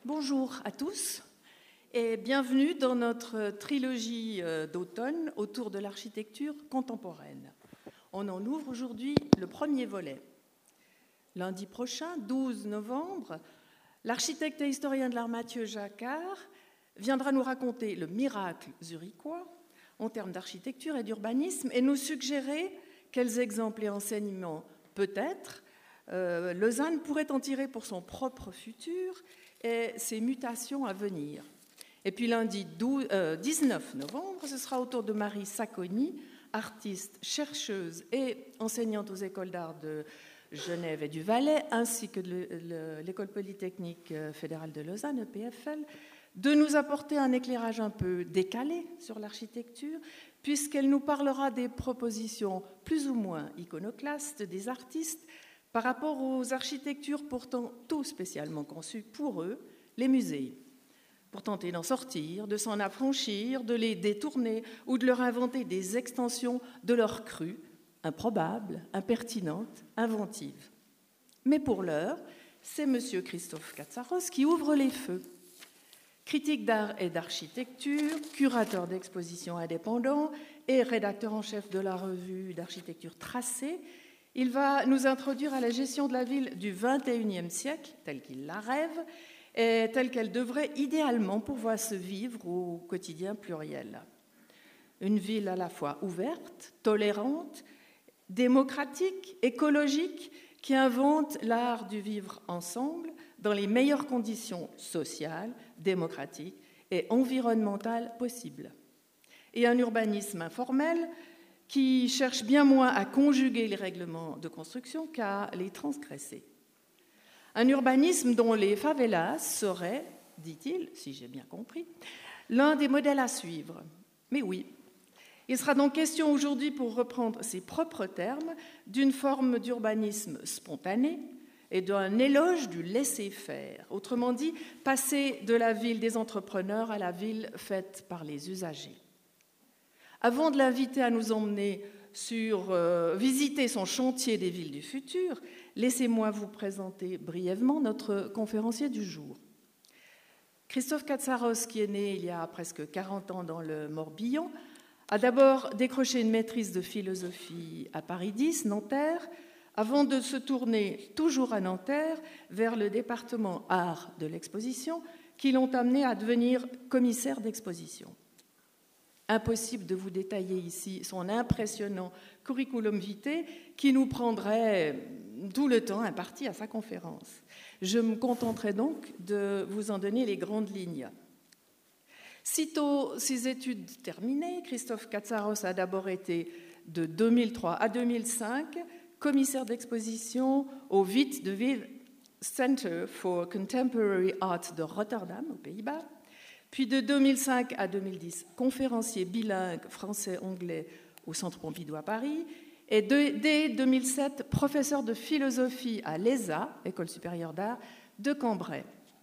Bonjour à tous et bienvenue dans notre trilogie d'automne autour de l'architecture contemporaine. On en ouvre aujourd'hui le premier volet. Lundi prochain, 12 novembre, l'architecte et historien de l'art Mathieu Jacquard viendra nous raconter le miracle zurichois en termes d'architecture et d'urbanisme et nous suggérer quels exemples et enseignements peut-être Lausanne pourrait en tirer pour son propre futur et ses mutations à venir. Et puis lundi 19 novembre, ce sera au tour de Marie Sacconi, artiste, chercheuse et enseignante aux écoles d'art de Genève et du Valais, ainsi que de l'École polytechnique fédérale de Lausanne, EPFL, de nous apporter un éclairage un peu décalé sur l'architecture, puisqu'elle nous parlera des propositions plus ou moins iconoclastes des artistes par rapport aux architectures pourtant tout spécialement conçues pour eux, les musées, pour tenter d'en sortir, de s'en affranchir, de les détourner ou de leur inventer des extensions de leur crue, improbables, impertinentes, inventives. Mais pour l'heure, c'est M. Christophe Katsaros qui ouvre les feux. Critique d'art et d'architecture, curateur d'expositions indépendants et rédacteur en chef de la revue d'architecture Tracé, il va nous introduire à la gestion de la ville du XXIe siècle, telle qu'il la rêve, et telle qu'elle devrait idéalement pouvoir se vivre au quotidien pluriel. Une ville à la fois ouverte, tolérante, démocratique, écologique, qui invente l'art du vivre ensemble dans les meilleures conditions sociales, démocratiques et environnementales possibles. Et un urbanisme informel qui cherche bien moins à conjuguer les règlements de construction qu'à les transgresser. Un urbanisme dont les favelas seraient, dit-il, si j'ai bien compris, l'un des modèles à suivre. Mais oui, il sera donc question aujourd'hui, pour reprendre ses propres termes, d'une forme d'urbanisme spontané et d'un éloge du laisser-faire. Autrement dit, passer de la ville des entrepreneurs à la ville faite par les usagers. Avant de l'inviter à nous emmener visiter son chantier des villes du futur, laissez-moi vous présenter brièvement notre conférencier du jour. Christophe Katsaros, qui est né il y a presque 40 ans dans le Morbihan, a d'abord décroché une maîtrise de philosophie à Paris 10, Nanterre, avant de se tourner, toujours à Nanterre, vers le département art de l'exposition, qui l'ont amené à devenir commissaire d'exposition. Impossible de vous détailler ici son impressionnant curriculum vitae qui nous prendrait tout le temps imparti à sa conférence. Je me contenterai donc de vous en donner les grandes lignes. Sitôt ses études terminées, Christophe Katsaros a d'abord été de 2003 à 2005 commissaire d'exposition au Witte de Wiel Center for Contemporary Art de Rotterdam, aux Pays-Bas. Puis de 2005 à 2010, conférencier bilingue français-anglais au Centre Pompidou à Paris, et dès 2007, professeur de philosophie à l'ESA, École supérieure d'art, de Cambrai.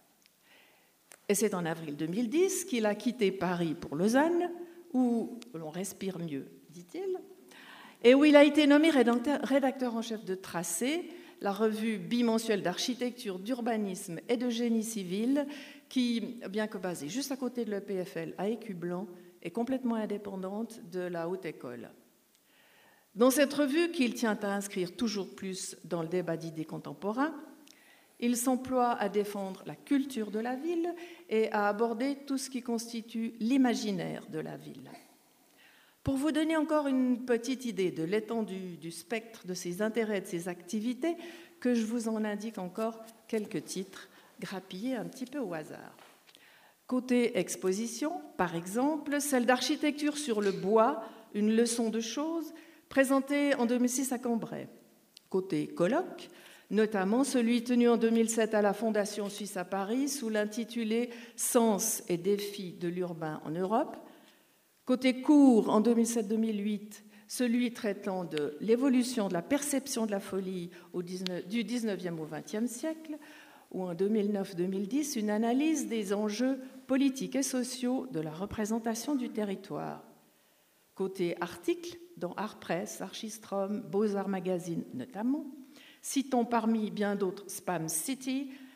Et c'est en avril 2010 qu'il a quitté Paris pour Lausanne, où l'on respire mieux, dit-il, et où il a été nommé rédacteur en chef de Tracé, la revue bimensuelle d'architecture, d'urbanisme et de génie civil, qui, bien que basée juste à côté de l'EPFL à Écu-Blanc, est complètement indépendante de la Haute École. Dans cette revue, qu'il tient à inscrire toujours plus dans le débat d'idées contemporains, il s'emploie à défendre la culture de la ville et à aborder tout ce qui constitue l'imaginaire de la ville. Pour vous donner encore une petite idée de l'étendue du spectre de ses intérêts et de ses activités, que je vous en indique encore quelques titres grappillés un petit peu au hasard. Côté exposition, par exemple, celle d'architecture sur le bois, une leçon de choses, présentée en 2006 à Cambrai. Côté colloque, notamment celui tenu en 2007 à la Fondation Suisse à Paris sous l'intitulé « Sens et défis de l'urbain en Europe ». Côté cours, en 2007-2008, celui traitant de l'évolution de la perception de la folie du 19e au 20e siècle, ou en 2009-2010, une analyse des enjeux politiques et sociaux de la représentation du territoire. Côté articles, dans Art Press, Archistrom, Beaux-Arts Magazine notamment, citons parmi bien d'autres Spam City,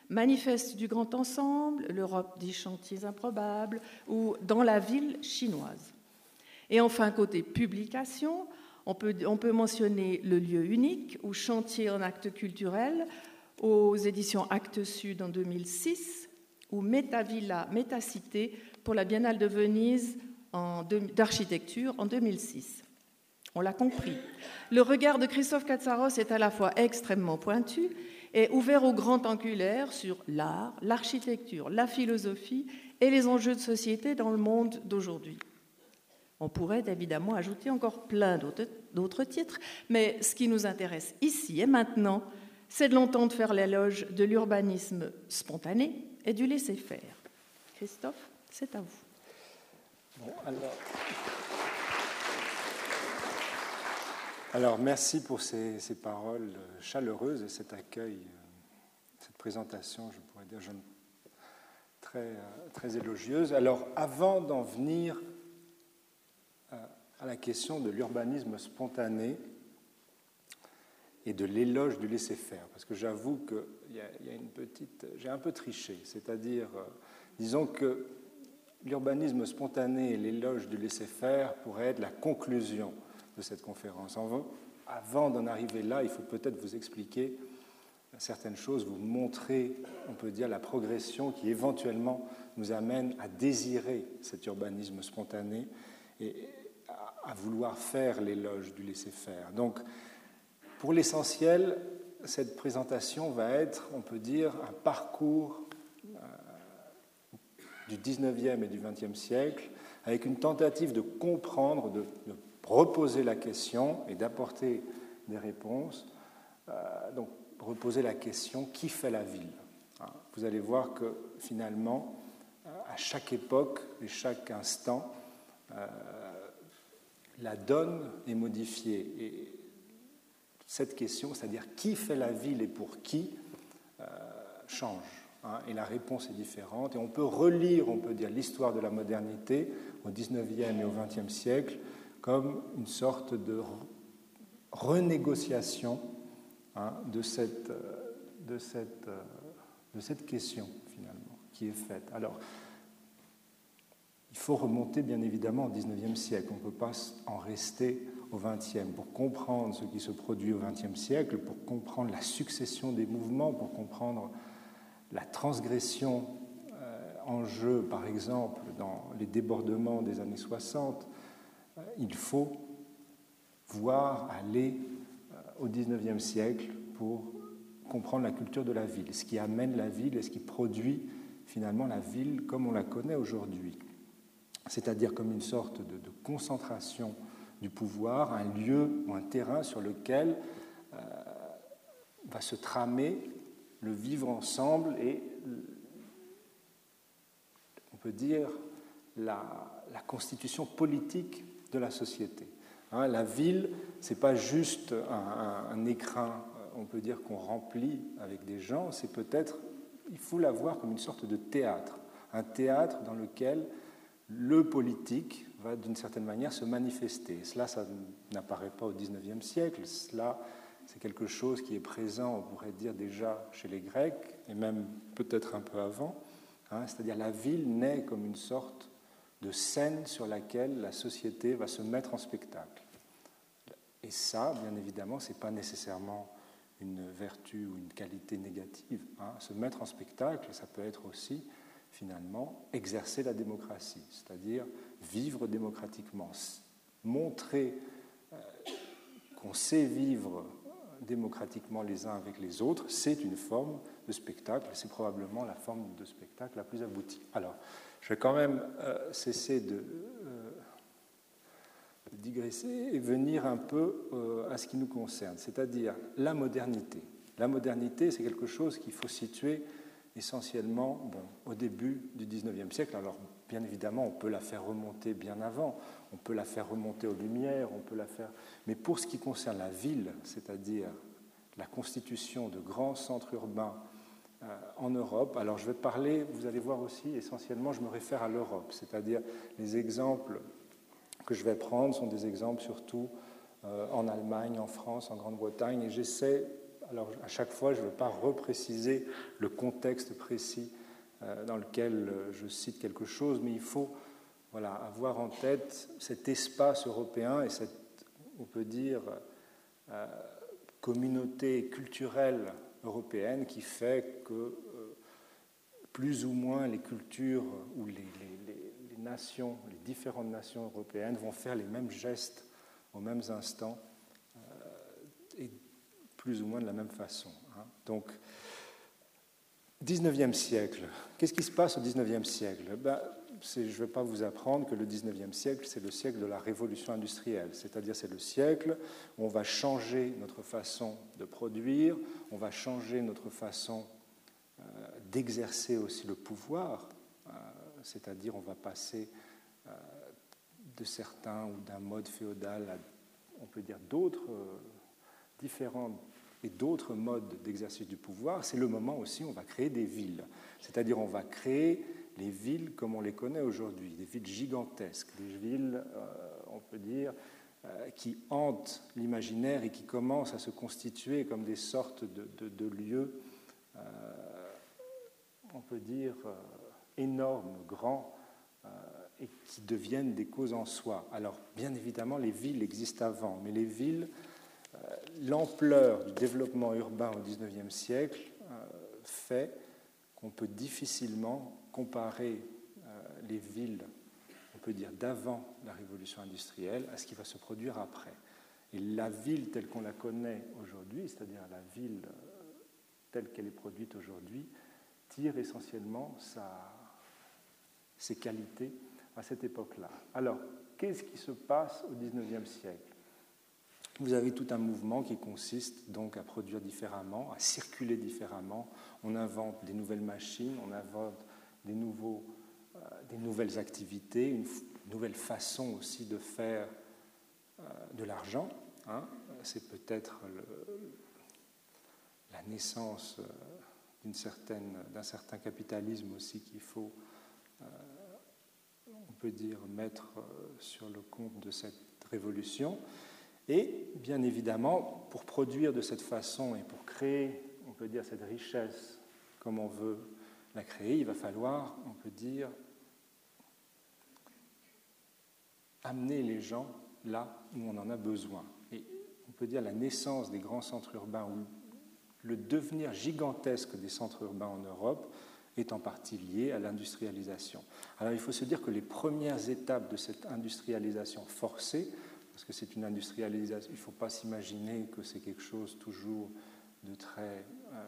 Manifeste du Grand Ensemble, l'Europe des chantiers improbables ou Dans la ville chinoise. Et enfin, côté publication, on peut mentionner Le lieu unique ou Chantier en actes culturels aux éditions Actes Sud en 2006 ou Métavilla, Métacité pour la Biennale de Venise d'architecture en 2006. On l'a compris. Le regard de Christophe Katsaros est à la fois extrêmement pointu et ouvert au grand angulaire sur l'art, l'architecture, la philosophie et les enjeux de société dans le monde d'aujourd'hui. On pourrait évidemment ajouter encore plein d'autres titres, mais ce qui nous intéresse ici et maintenant, c'est de l'entendre faire l'éloge de l'urbanisme spontané et du laisser-faire. Christophe, c'est à vous. Bon, alors merci pour ces paroles chaleureuses et cet accueil, cette présentation, je pourrais dire, très élogieuse. Alors, avant d'en venir à la question de l'urbanisme spontané et de l'éloge du laisser-faire, parce que j'avoue que j'ai un peu triché, c'est-à-dire, disons que l'urbanisme spontané et l'éloge du laisser-faire pourraient être la conclusion de cette conférence. Avant d'en arriver là, il faut peut-être vous expliquer certaines choses, vous montrer, on peut dire, la progression qui éventuellement nous amène à désirer cet urbanisme spontané et à vouloir faire l'éloge du laisser-faire. Donc, pour l'essentiel, cette présentation va être, on peut dire, un parcours du 19e et du 20e siècle, avec une tentative de comprendre, de reposer la question et d'apporter des réponses. Donc, reposer la question, qui fait la ville ? Vous allez voir que, finalement, à chaque époque et chaque instant, la donne est modifiée. Et cette question, c'est-à-dire qui fait la ville et pour qui, change. Et la réponse est différente. Et on peut relire, on peut dire, l'histoire de la modernité au XIXe et au XXe siècle comme une sorte de renégociation de cette question, finalement, qui est faite. Alors, il faut remonter, bien évidemment, au XIXe siècle. On ne peut pas en rester au XXe. Pour comprendre ce qui se produit au XXe siècle, pour comprendre la succession des mouvements, pour comprendre la transgression en jeu, par exemple, dans les débordements des années 60, il faut voir aller au XIXe siècle pour comprendre la culture de la ville, ce qui amène la ville et ce qui produit finalement la ville comme on la connaît aujourd'hui. C'est-à-dire comme une sorte de concentration du pouvoir, un lieu ou un terrain sur lequel va se tramer le vivre ensemble et, on peut dire, la constitution politique de la société. La ville, ce n'est pas juste un écrin, on peut dire, qu'on remplit avec des gens, c'est peut-être, il faut la voir comme une sorte de théâtre, un théâtre dans lequel le politique va d'une certaine manière se manifester. Cela, ça n'apparaît pas au XIXe siècle, cela, c'est quelque chose qui est présent, on pourrait dire déjà chez les Grecs, et même peut-être un peu avant, c'est-à-dire la ville naît comme une sorte de scène sur laquelle la société va se mettre en spectacle. Et ça, bien évidemment, ce n'est pas nécessairement une vertu ou une qualité négative. Se mettre en spectacle, ça peut être aussi, finalement, exercer la démocratie, c'est-à-dire vivre démocratiquement, montrer qu'on sait vivre démocratiquement les uns avec les autres, c'est une forme de spectacle, c'est probablement la forme de spectacle la plus aboutie. Alors, je vais quand même cesser de digresser et venir un peu à ce qui nous concerne, c'est-à-dire la modernité. La modernité, c'est quelque chose qu'il faut situer essentiellement au début du XIXe siècle. Alors, bien évidemment, on peut la faire remonter bien avant, on peut la faire remonter aux Lumières, on peut la faire... Mais pour ce qui concerne la ville, c'est-à-dire la constitution de grands centres urbains en Europe, alors je vais parler, vous allez voir aussi, essentiellement, je me réfère à l'Europe, c'est-à-dire les exemples que je vais prendre sont des exemples surtout en Allemagne, en France, en Grande-Bretagne, et j'essaie alors à chaque fois, je ne veux pas repréciser le contexte précis dans lequel je cite quelque chose, mais il faut avoir en tête cet espace européen et cette, on peut dire, communauté culturelle européenne qui fait que plus ou moins les cultures ou les nations, les différentes nations européennes vont faire les mêmes gestes aux mêmes instants et plus ou moins de la même façon. Donc, 19e siècle. Qu'est-ce qui se passe au 19e siècle? Je ne vais pas vous apprendre que le 19e siècle, c'est le siècle de la révolution industrielle, c'est-à-dire c'est le siècle où on va changer notre façon de produire, on va changer notre façon d'exercer aussi le pouvoir, c'est-à-dire on va passer de certains ou d'un mode féodal à, on peut dire, d'autres différents et d'autres modes d'exercice du pouvoir. C'est le moment aussi où on va créer des villes, c'est-à-dire on va créer les villes comme on les connaît aujourd'hui, des villes gigantesques, des villes, on peut dire, qui hantent l'imaginaire et qui commencent à se constituer comme des sortes de lieux, on peut dire, énormes, grands, et qui deviennent des causes en soi. Alors, bien évidemment, les villes existent avant, mais les villes, l'ampleur du développement urbain au XIXe siècle fait qu'on peut difficilement comparer les villes, on peut dire, d'avant la révolution industrielle à ce qui va se produire après. Et la ville telle qu'on la connaît aujourd'hui, c'est-à-dire la ville telle qu'elle est produite aujourd'hui, tire essentiellement ses qualités à cette époque-là. Alors, qu'est-ce qui se passe au XIXe siècle? Vous avez tout un mouvement qui consiste donc à produire différemment, à circuler différemment. On invente des nouvelles machines, on invente des nouvelles activités, une nouvelle façon aussi de faire de l'argent. C'est peut-être la naissance d'un certain capitalisme aussi qu'il faut, on peut dire, mettre sur le compte de cette révolution. Et bien évidemment, pour produire de cette façon et pour créer, on peut dire, cette richesse comme on veut la créer, il va falloir, on peut dire, amener les gens là où on en a besoin. Et on peut dire la naissance des grands centres urbains ou le devenir gigantesque des centres urbains en Europe est en partie lié à l'industrialisation. Alors il faut se dire que les premières étapes de cette industrialisation forcée, parce que c'est une industrialisation, il ne faut pas s'imaginer que c'est quelque chose toujours de très,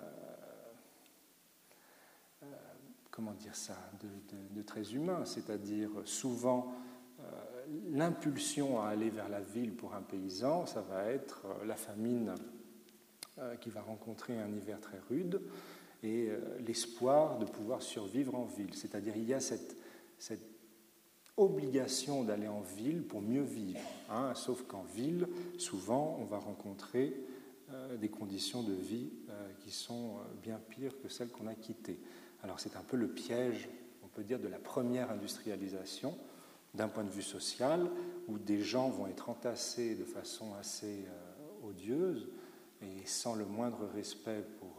comment dire ça, de très humain, c'est-à-dire souvent l'impulsion à aller vers la ville pour un paysan, ça va être la famine qui va rencontrer un hiver très rude et l'espoir de pouvoir survivre en ville, c'est-à-dire il y a cette obligation d'aller en ville pour mieux vivre, sauf qu'en ville, souvent, on va rencontrer des conditions de vie qui sont bien pires que celles qu'on a quittées. Alors c'est un peu le piège, on peut dire, de la première industrialisation, d'un point de vue social, où des gens vont être entassés de façon assez odieuse et sans le moindre respect pour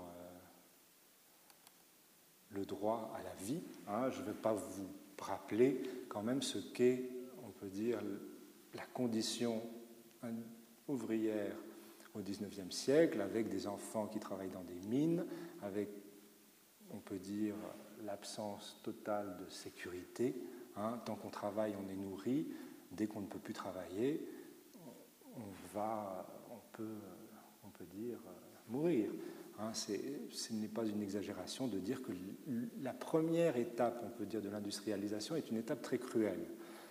le droit à la vie. Je ne vais pas vous rappeler quand même ce qu'est, on peut dire, la condition ouvrière au XIXe siècle, avec des enfants qui travaillent dans des mines, avec, on peut dire, l'absence totale de sécurité. Tant qu'on travaille, on est nourri. Dès qu'on ne peut plus travailler, on peut dire, mourir. Ce n'est pas une exagération de dire que la première étape, on peut dire, de l'industrialisation est une étape très cruelle.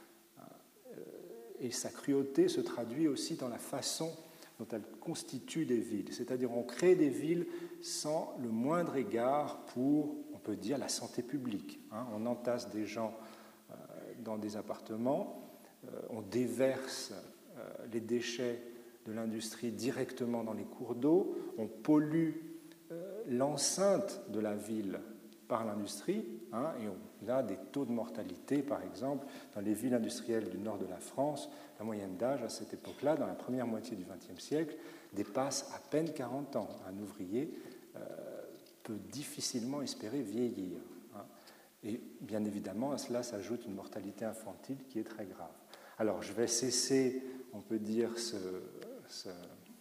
Et sa cruauté se traduit aussi dans la façon dont elle constitue des villes. C'est-à-dire on crée des villes sans le moindre égard pour, on peut dire, la santé publique. On entasse des gens dans des appartements, on déverse les déchets de l'industrie directement dans les cours d'eau, on pollue l'enceinte de la ville par l'industrie, hein, et on a des taux de mortalité, par exemple, dans les villes industrielles du nord de la France. La moyenne d'âge à cette époque-là, dans la première moitié du XXe siècle, dépasse à peine 40 ans. Un ouvrier peut difficilement espérer vieillir. Hein. Et bien évidemment, à cela s'ajoute une mortalité infantile qui est très grave. Alors, je vais cesser, on peut dire, ce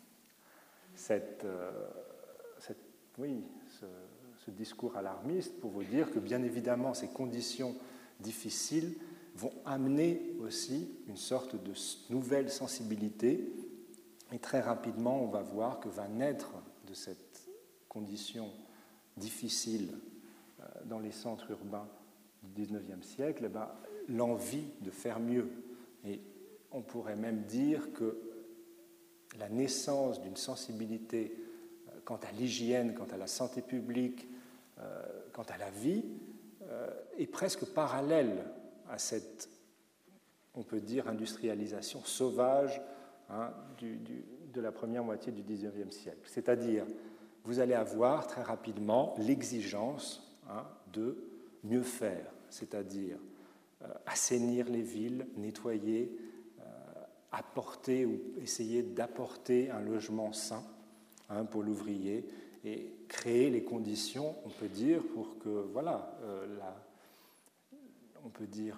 discours alarmiste pour vous dire que, bien évidemment, ces conditions difficiles vont amener aussi une sorte de nouvelle sensibilité. Et très rapidement, on va voir que va naître de cette condition difficile dans les centres urbains du XIXe siècle, l'envie de faire mieux. Et on pourrait même dire que la naissance d'une sensibilité quant à l'hygiène, quant à la santé publique, quant à la vie, est presque parallèle à cette, on peut dire, industrialisation sauvage, hein, de la première moitié du XIXe siècle. C'est-à-dire, vous allez avoir très rapidement l'exigence, hein, de mieux faire, c'est-à-dire assainir les villes, nettoyer, apporter ou essayer d'apporter un logement sain, hein, pour l'ouvrier et créer les conditions, on peut dire, pour que, voilà, on peut dire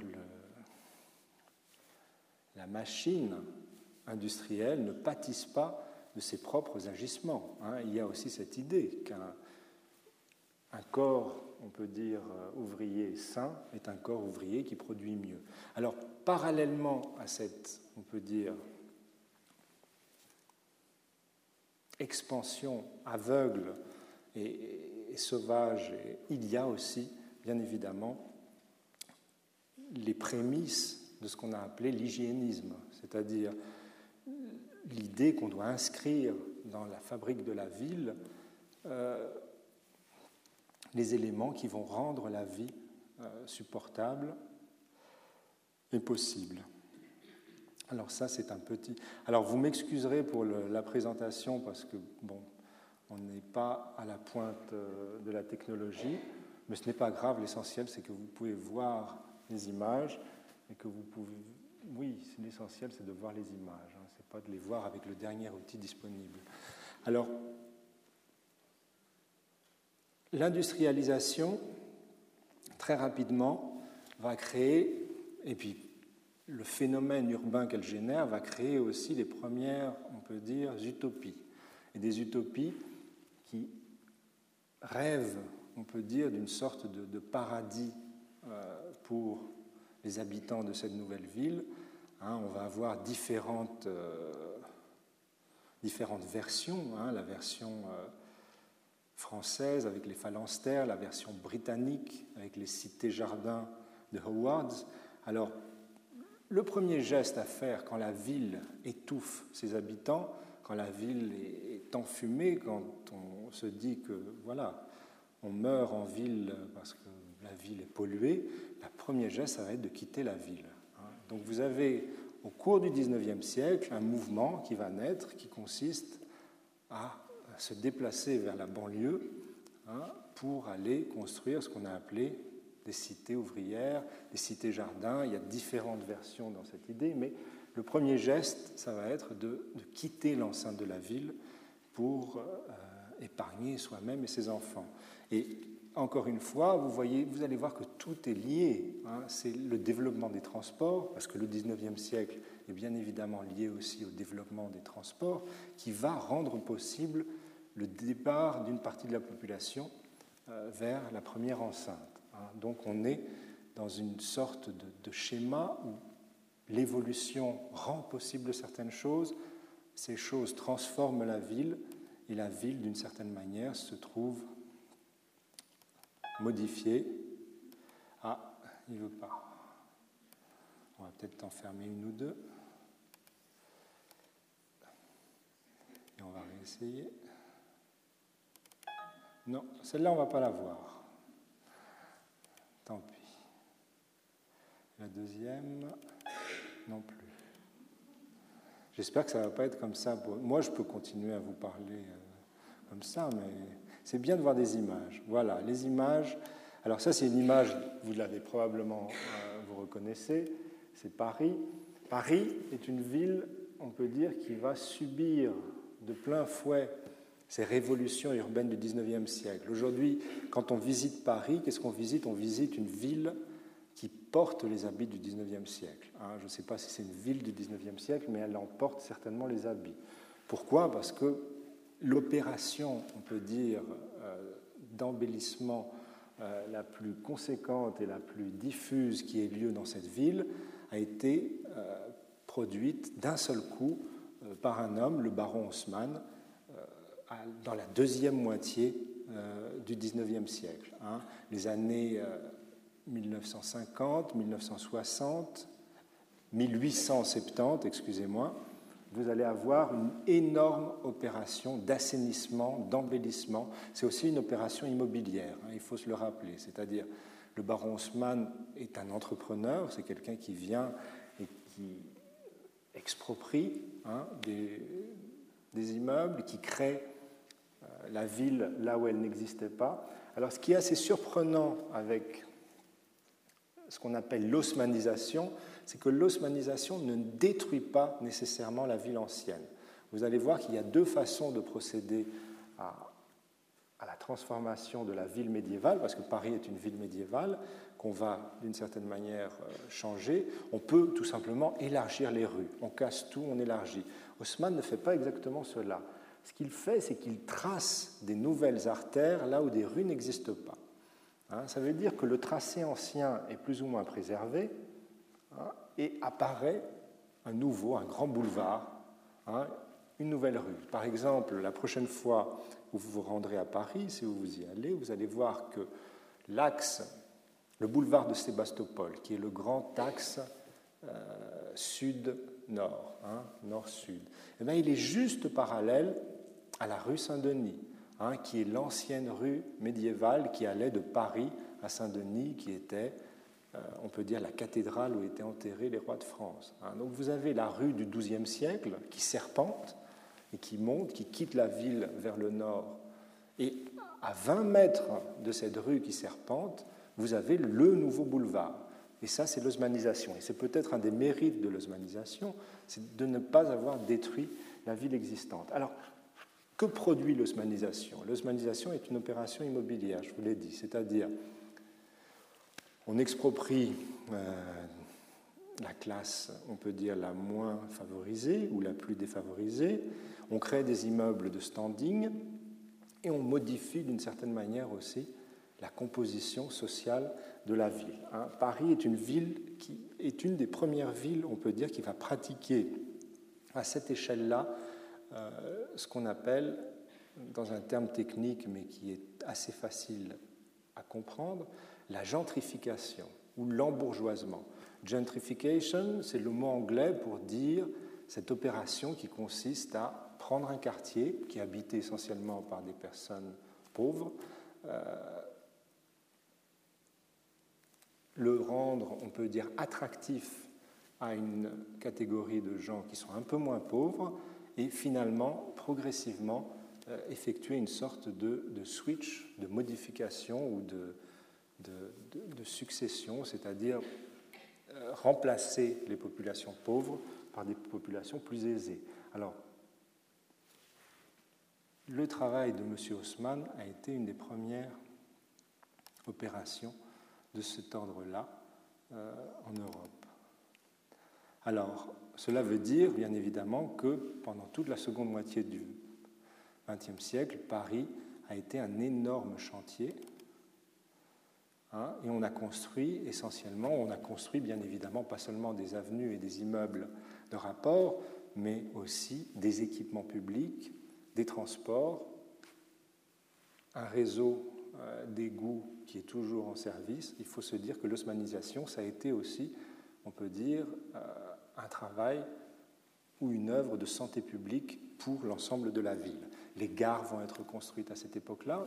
la machine industrielle ne pâtisse pas de ses propres agissements. Hein. Il y a aussi cette idée qu'un corps, on peut dire, ouvrier sain est un corps ouvrier qui produit mieux. Alors, parallèlement à cette, on peut dire, expansion aveugle et sauvage, il y a aussi, bien évidemment, les prémices de ce qu'on a appelé l'hygiénisme, c'est-à-dire l'idée qu'on doit inscrire dans la fabrique de la ville les éléments qui vont rendre la vie supportable et possible. Alors ça, c'est un petit... Alors vous m'excuserez pour la présentation parce que, bon, on n'est pas à la pointe de la technologie, mais ce n'est pas grave, l'essentiel c'est que vous pouvez voir les images et que vous pouvez... Oui, l'essentiel c'est de voir les images, hein, c'est pas de les voir avec le dernier outil disponible. Alors, l'industrialisation, très rapidement, va créer, et puis le phénomène urbain qu'elle génère va créer aussi les premières, on peut dire, utopies. Et des utopies qui rêvent, on peut dire, d'une sorte de paradis pour les habitants de cette nouvelle ville. Hein, on va avoir différentes versions, hein, la version française avec les phalanstères, la version britannique avec les cités-jardins de Howard. Alors, le premier geste à faire quand la ville étouffe ses habitants, quand la ville est enfumée, quand on se dit que, voilà, on meurt en ville parce que la ville est polluée, le premier geste, ça va être de quitter la ville. Donc vous avez, au cours du XIXe siècle, un mouvement qui va naître, qui consiste à se déplacer vers la banlieue, hein, pour aller construire ce qu'on a appelé des cités ouvrières, des cités-jardins. Il y a différentes versions dans cette idée, mais le premier geste, ça va être de quitter l'enceinte de la ville pour épargner soi-même et ses enfants. Et encore une fois, vous allez voir que tout est lié. Hein. C'est le développement des transports, parce que le XIXe siècle est bien évidemment lié aussi au développement des transports, qui va rendre possible le départ d'une partie de la population vers la première enceinte. Hein. Donc on est dans une sorte de schéma où l'évolution rend possible certaines choses, ces choses transforment la ville, et la ville, d'une certaine manière, se trouve modifiée. Ah, il ne veut pas. On va peut-être en fermer une ou deux. Et on va réessayer. Non, celle-là, on ne va pas la voir. Tant pis. La deuxième, non plus. J'espère que ça ne va pas être comme ça. Moi, je peux continuer à vous parler comme ça, mais c'est bien de voir des images. Voilà, les images. Alors ça, c'est une image, vous l'avez probablement, vous reconnaissez, c'est Paris. Paris est une ville, on peut dire, qui va subir de plein fouet ces révolutions urbaines du XIXe siècle. Aujourd'hui, quand on visite Paris, qu'est-ce qu'on visite? On visite une ville qui porte les habits du XIXe siècle. Je ne sais pas si c'est une ville du XIXe siècle, mais elle en porte certainement les habits. Pourquoi? Parce que l'opération, on peut dire, d'embellissement la plus conséquente et la plus diffuse qui ait lieu dans cette ville a été produite d'un seul coup par un homme, le baron Haussmann, dans la deuxième moitié du XIXe siècle. Les années 1950, 1960, 1870, excusez-moi, vous allez avoir une énorme opération d'assainissement, d'embellissement. C'est aussi une opération immobilière, il faut se le rappeler. C'est-à-dire, le baron Haussmann est un entrepreneur, c'est quelqu'un qui vient et qui exproprie des immeubles, qui crée la ville là où elle n'existait pas. Alors, ce qui est assez surprenant avec ce qu'on appelle l'haussmannisation, c'est que l'haussmannisation ne détruit pas nécessairement la ville ancienne. Vous allez voir qu'il y a deux façons de procéder à la transformation de la ville médiévale, parce que Paris est une ville médiévale, qu'on va d'une certaine manière changer. On peut tout simplement élargir les rues. On casse tout, on élargit. Haussmann ne fait pas exactement cela. Ce qu'il fait, c'est qu'il trace des nouvelles artères là où des rues n'existent pas. Ça veut dire que le tracé ancien est plus ou moins préservé et apparaît un grand boulevard, une nouvelle rue. Par exemple, la prochaine fois où vous vous rendrez à Paris, si vous y allez, vous allez voir que l'axe, le boulevard de Sébastopol, qui est le grand axe sud-nord, nord-sud, il est juste parallèle à la rue Saint-Denis, qui est l'ancienne rue médiévale qui allait de Paris à Saint-Denis, qui était, on peut dire, la cathédrale où étaient enterrés les rois de France. Donc vous avez la rue du XIIe siècle qui serpente et qui monte, qui quitte la ville vers le nord. Et à 20 mètres de cette rue qui serpente, vous avez le nouveau boulevard. Et ça, c'est l'haussmannisation. Et c'est peut-être un des mérites de l'haussmannisation, c'est de ne pas avoir détruit la ville existante. Alors, que produit l'haussmannisation? L'haussmannisation est une opération immobilière, je vous l'ai dit, c'est-à-dire on exproprie la classe, on peut dire, la moins favorisée ou la plus défavorisée, on crée des immeubles de standing et on modifie d'une certaine manière aussi la composition sociale de la ville. Paris est une ville qui est une des premières villes, on peut dire, qui va pratiquer à cette échelle-là ce qu'on appelle, dans un terme technique mais qui est assez facile à comprendre, la gentrification ou l'embourgeoisement. Gentrification, c'est le mot anglais pour dire cette opération qui consiste à prendre un quartier qui est habité essentiellement par des personnes pauvres, le rendre, on peut dire, attractif à une catégorie de gens qui sont un peu moins pauvres, et finalement, progressivement, effectuer une sorte de switch, de modification ou de succession, c'est-à-dire remplacer les populations pauvres par des populations plus aisées. Alors, le travail de M. Haussmann a été une des premières opérations de cet ordre-là en Europe. Alors, cela veut dire, bien évidemment, que pendant toute la seconde moitié du XXe siècle, Paris a été un énorme chantier. Et on a construit essentiellement, bien évidemment, pas seulement des avenues et des immeubles de rapport, mais aussi des équipements publics, des transports, un réseau d'égouts qui est toujours en service. Il faut se dire que l'haussmannisation, ça a été aussi, on peut dire, un travail ou une œuvre de santé publique pour l'ensemble de la ville. Les gares vont être construites à cette époque-là.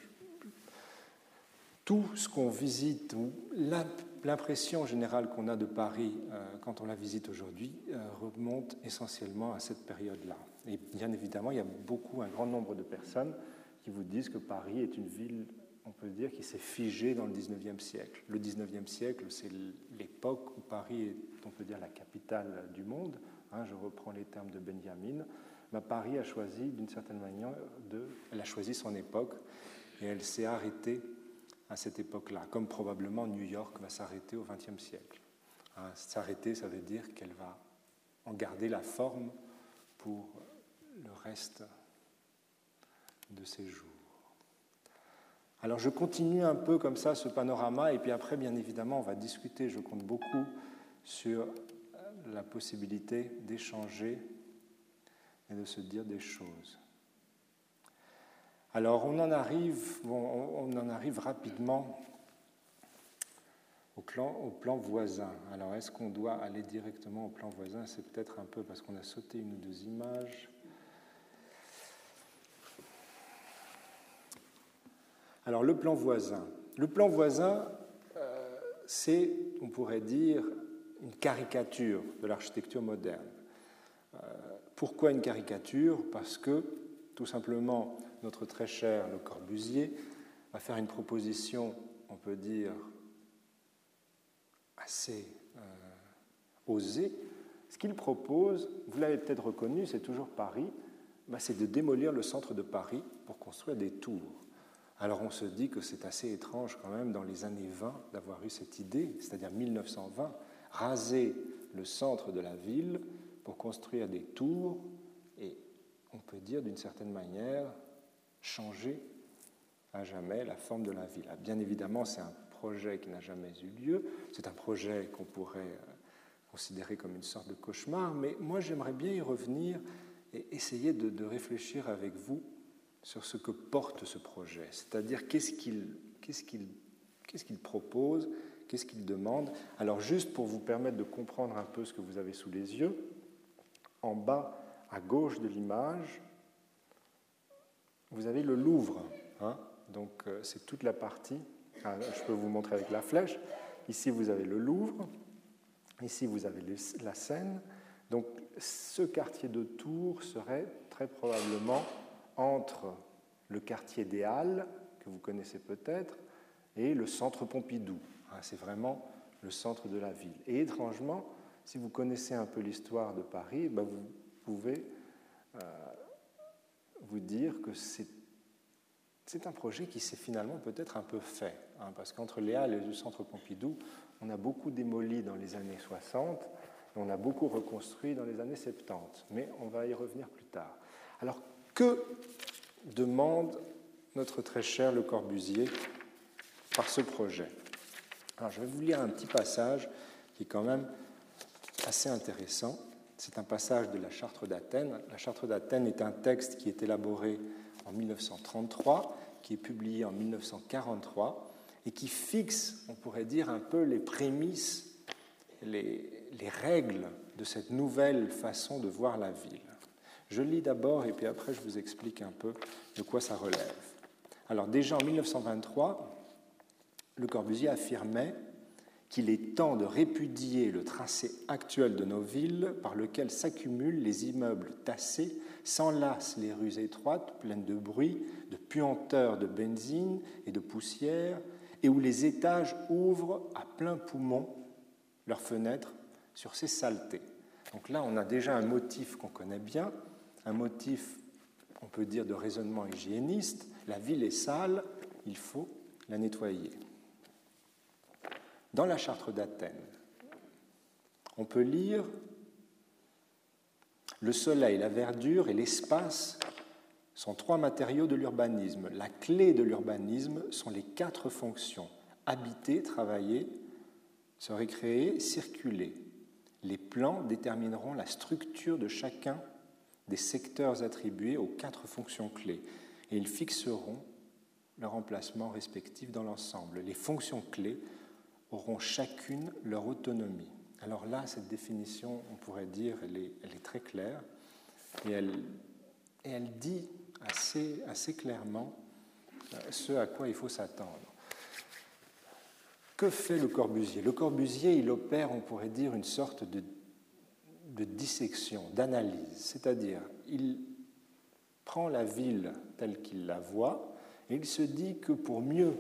Tout ce qu'on visite, ou l'impression générale qu'on a de Paris quand on la visite aujourd'hui, remonte essentiellement à cette période-là. Et bien évidemment, il y a un grand nombre de personnes qui vous disent que Paris est une ville on peut dire, qui s'est figé dans le XIXe siècle. Le XIXe siècle, c'est l'époque où Paris est, on peut dire, la capitale du monde. Je reprends les termes de Benjamin. Paris a choisi, d'une certaine manière, elle a choisi son époque et elle s'est arrêtée à cette époque-là, comme probablement New York va s'arrêter au XXe siècle. S'arrêter, ça veut dire qu'elle va en garder la forme pour le reste de ses jours. Alors je continue un peu comme ça ce panorama et puis après, bien évidemment, on va discuter, je compte beaucoup sur la possibilité d'échanger et de se dire des choses. Alors on en arrive rapidement au plan voisin. Alors est-ce qu'on doit aller directement au plan voisin? C'est peut-être un peu parce qu'on a sauté une ou deux images. Alors le plan voisin. Le plan voisin, c'est, on pourrait dire, une caricature de l'architecture moderne. Pourquoi une caricature? Parce que, tout simplement, notre très cher Le Corbusier va faire une proposition, on peut dire, assez osée. Ce qu'il propose, vous l'avez peut-être reconnu, c'est toujours Paris, c'est de démolir le centre de Paris pour construire des tours. Alors on se dit que c'est assez étrange quand même dans les années 20 d'avoir eu cette idée, c'est-à-dire 1920, raser le centre de la ville pour construire des tours et, on peut dire d'une certaine manière, changer à jamais la forme de la ville. Bien évidemment, c'est un projet qui n'a jamais eu lieu, c'est un projet qu'on pourrait considérer comme une sorte de cauchemar, mais moi j'aimerais bien y revenir et essayer de réfléchir avec vous sur ce que porte ce projet, c'est-à-dire qu'est-ce qu'il propose, qu'est-ce qu'il demande. Alors juste pour vous permettre de comprendre un peu ce que vous avez sous les yeux, en bas à gauche de l'image, vous avez le Louvre. Donc c'est toute la partie, je peux vous montrer avec la flèche, ici vous avez le Louvre, ici vous avez la Seine. Donc ce quartier de Tours serait très probablement entre le quartier des Halles, que vous connaissez peut-être, et le centre Pompidou. C'est vraiment le centre de la ville. Et étrangement, si vous connaissez un peu l'histoire de Paris, vous pouvez vous dire que c'est un projet qui s'est finalement peut-être un peu fait, parce qu'entre les Halles et le centre Pompidou, on a beaucoup démoli dans les années 60, et on a beaucoup reconstruit dans les années 70, mais on va y revenir plus tard. Alors, que demande notre très cher Le Corbusier par ce projet? Alors, je vais vous lire un petit passage qui est quand même assez intéressant. C'est un passage de la Charte d'Athènes. La Charte d'Athènes est un texte qui est élaboré en 1933, qui est publié en 1943 et qui fixe, on pourrait dire, un peu les prémices, les règles de cette nouvelle façon de voir la ville. Je lis d'abord et puis après je vous explique un peu de quoi ça relève. Alors déjà en 1923, Le Corbusier affirmait qu'il est temps de répudier le tracé actuel de nos villes par lequel s'accumulent les immeubles tassés, s'enlacent les rues étroites, pleines de bruit, de puanteurs de benzine et de poussière, et où les étages ouvrent à plein poumon leurs fenêtres sur ces saletés. Donc là, on a déjà un motif qu'on connaît bien, un motif, on peut dire, de raisonnement hygiéniste. La ville est sale, il faut la nettoyer. Dans la Charte d'Athènes, on peut lire « Le soleil, la verdure et l'espace sont trois matériaux de l'urbanisme. La clé de l'urbanisme sont les quatre fonctions. Habiter, travailler, se récréer, circuler. Les plans détermineront la structure de chacun des secteurs attribués aux quatre fonctions clés et ils fixeront leur emplacement respectif dans l'ensemble. Les fonctions clés auront chacune leur autonomie. » Alors là, cette définition, on pourrait dire, elle est très claire et elle dit assez clairement ce à quoi il faut s'attendre. Que fait Le Corbusier? Le Corbusier, il opère, on pourrait dire, une sorte de dissection, d'analyse, c'est-à-dire il prend la ville telle qu'il la voit Et il se dit que pour mieux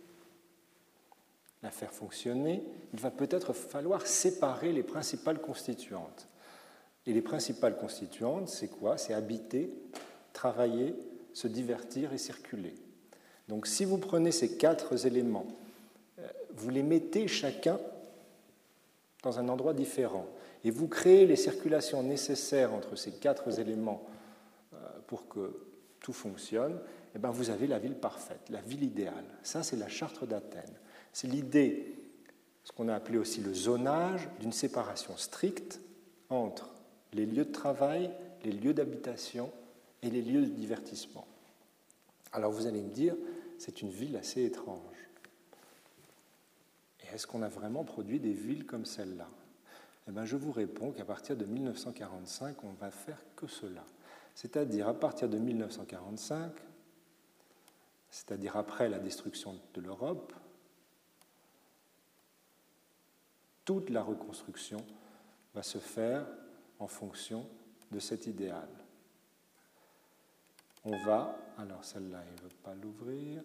la faire fonctionner, il va peut-être falloir séparer les principales constituantes. Et les principales constituantes, c'est quoi? C'est habiter, travailler, se divertir et circuler. Donc si vous prenez ces 4 éléments, vous les mettez chacun dans un endroit différent, et vous créez les circulations nécessaires entre ces 4 éléments pour que tout fonctionne, et bien vous avez la ville parfaite, la ville idéale. Ça, c'est la charte d'Athènes. C'est l'idée, ce qu'on a appelé aussi le zonage, d'une séparation stricte entre les lieux de travail, les lieux d'habitation et les lieux de divertissement. Alors vous allez me dire, c'est une ville assez étrange. Et est-ce qu'on a vraiment produit des villes comme celle-là? Eh bien, je vous réponds qu'à partir de 1945, on ne va faire que cela. C'est-à-dire, à partir de 1945, c'est-à-dire après la destruction de l'Europe, toute la reconstruction va se faire en fonction de cet idéal. On va, alors celle-là, il ne veut pas l'ouvrir.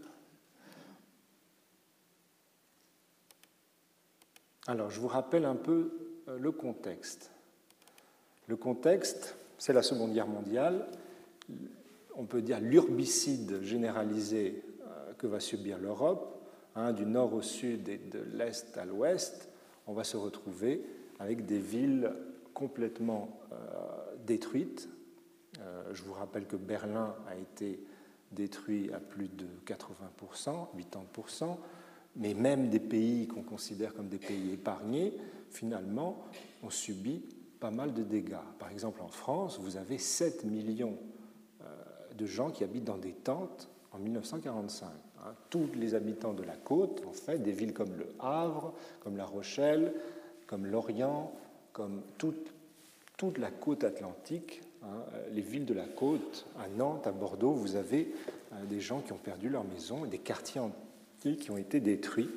Alors, je vous rappelle un peu le contexte. Le contexte, c'est la Seconde Guerre mondiale. On peut dire l'urbicide généralisé que va subir l'Europe, du nord au sud et de l'est à l'ouest. On va se retrouver avec des villes complètement détruites. Je vous rappelle que Berlin a été détruit à plus de 80%, 80%, mais même des pays qu'on considère comme des pays épargnés, finalement, ont subi pas mal de dégâts. Par exemple, en France, vous avez 7 millions de gens qui habitent dans des tentes en 1945. Tous les habitants de la côte, en fait, des villes comme Le Havre, comme La Rochelle, comme Lorient, comme toute la côte atlantique, les villes de la côte, à Nantes, à Bordeaux, vous avez des gens qui ont perdu leur maison et des quartiers entiers qui ont été détruits.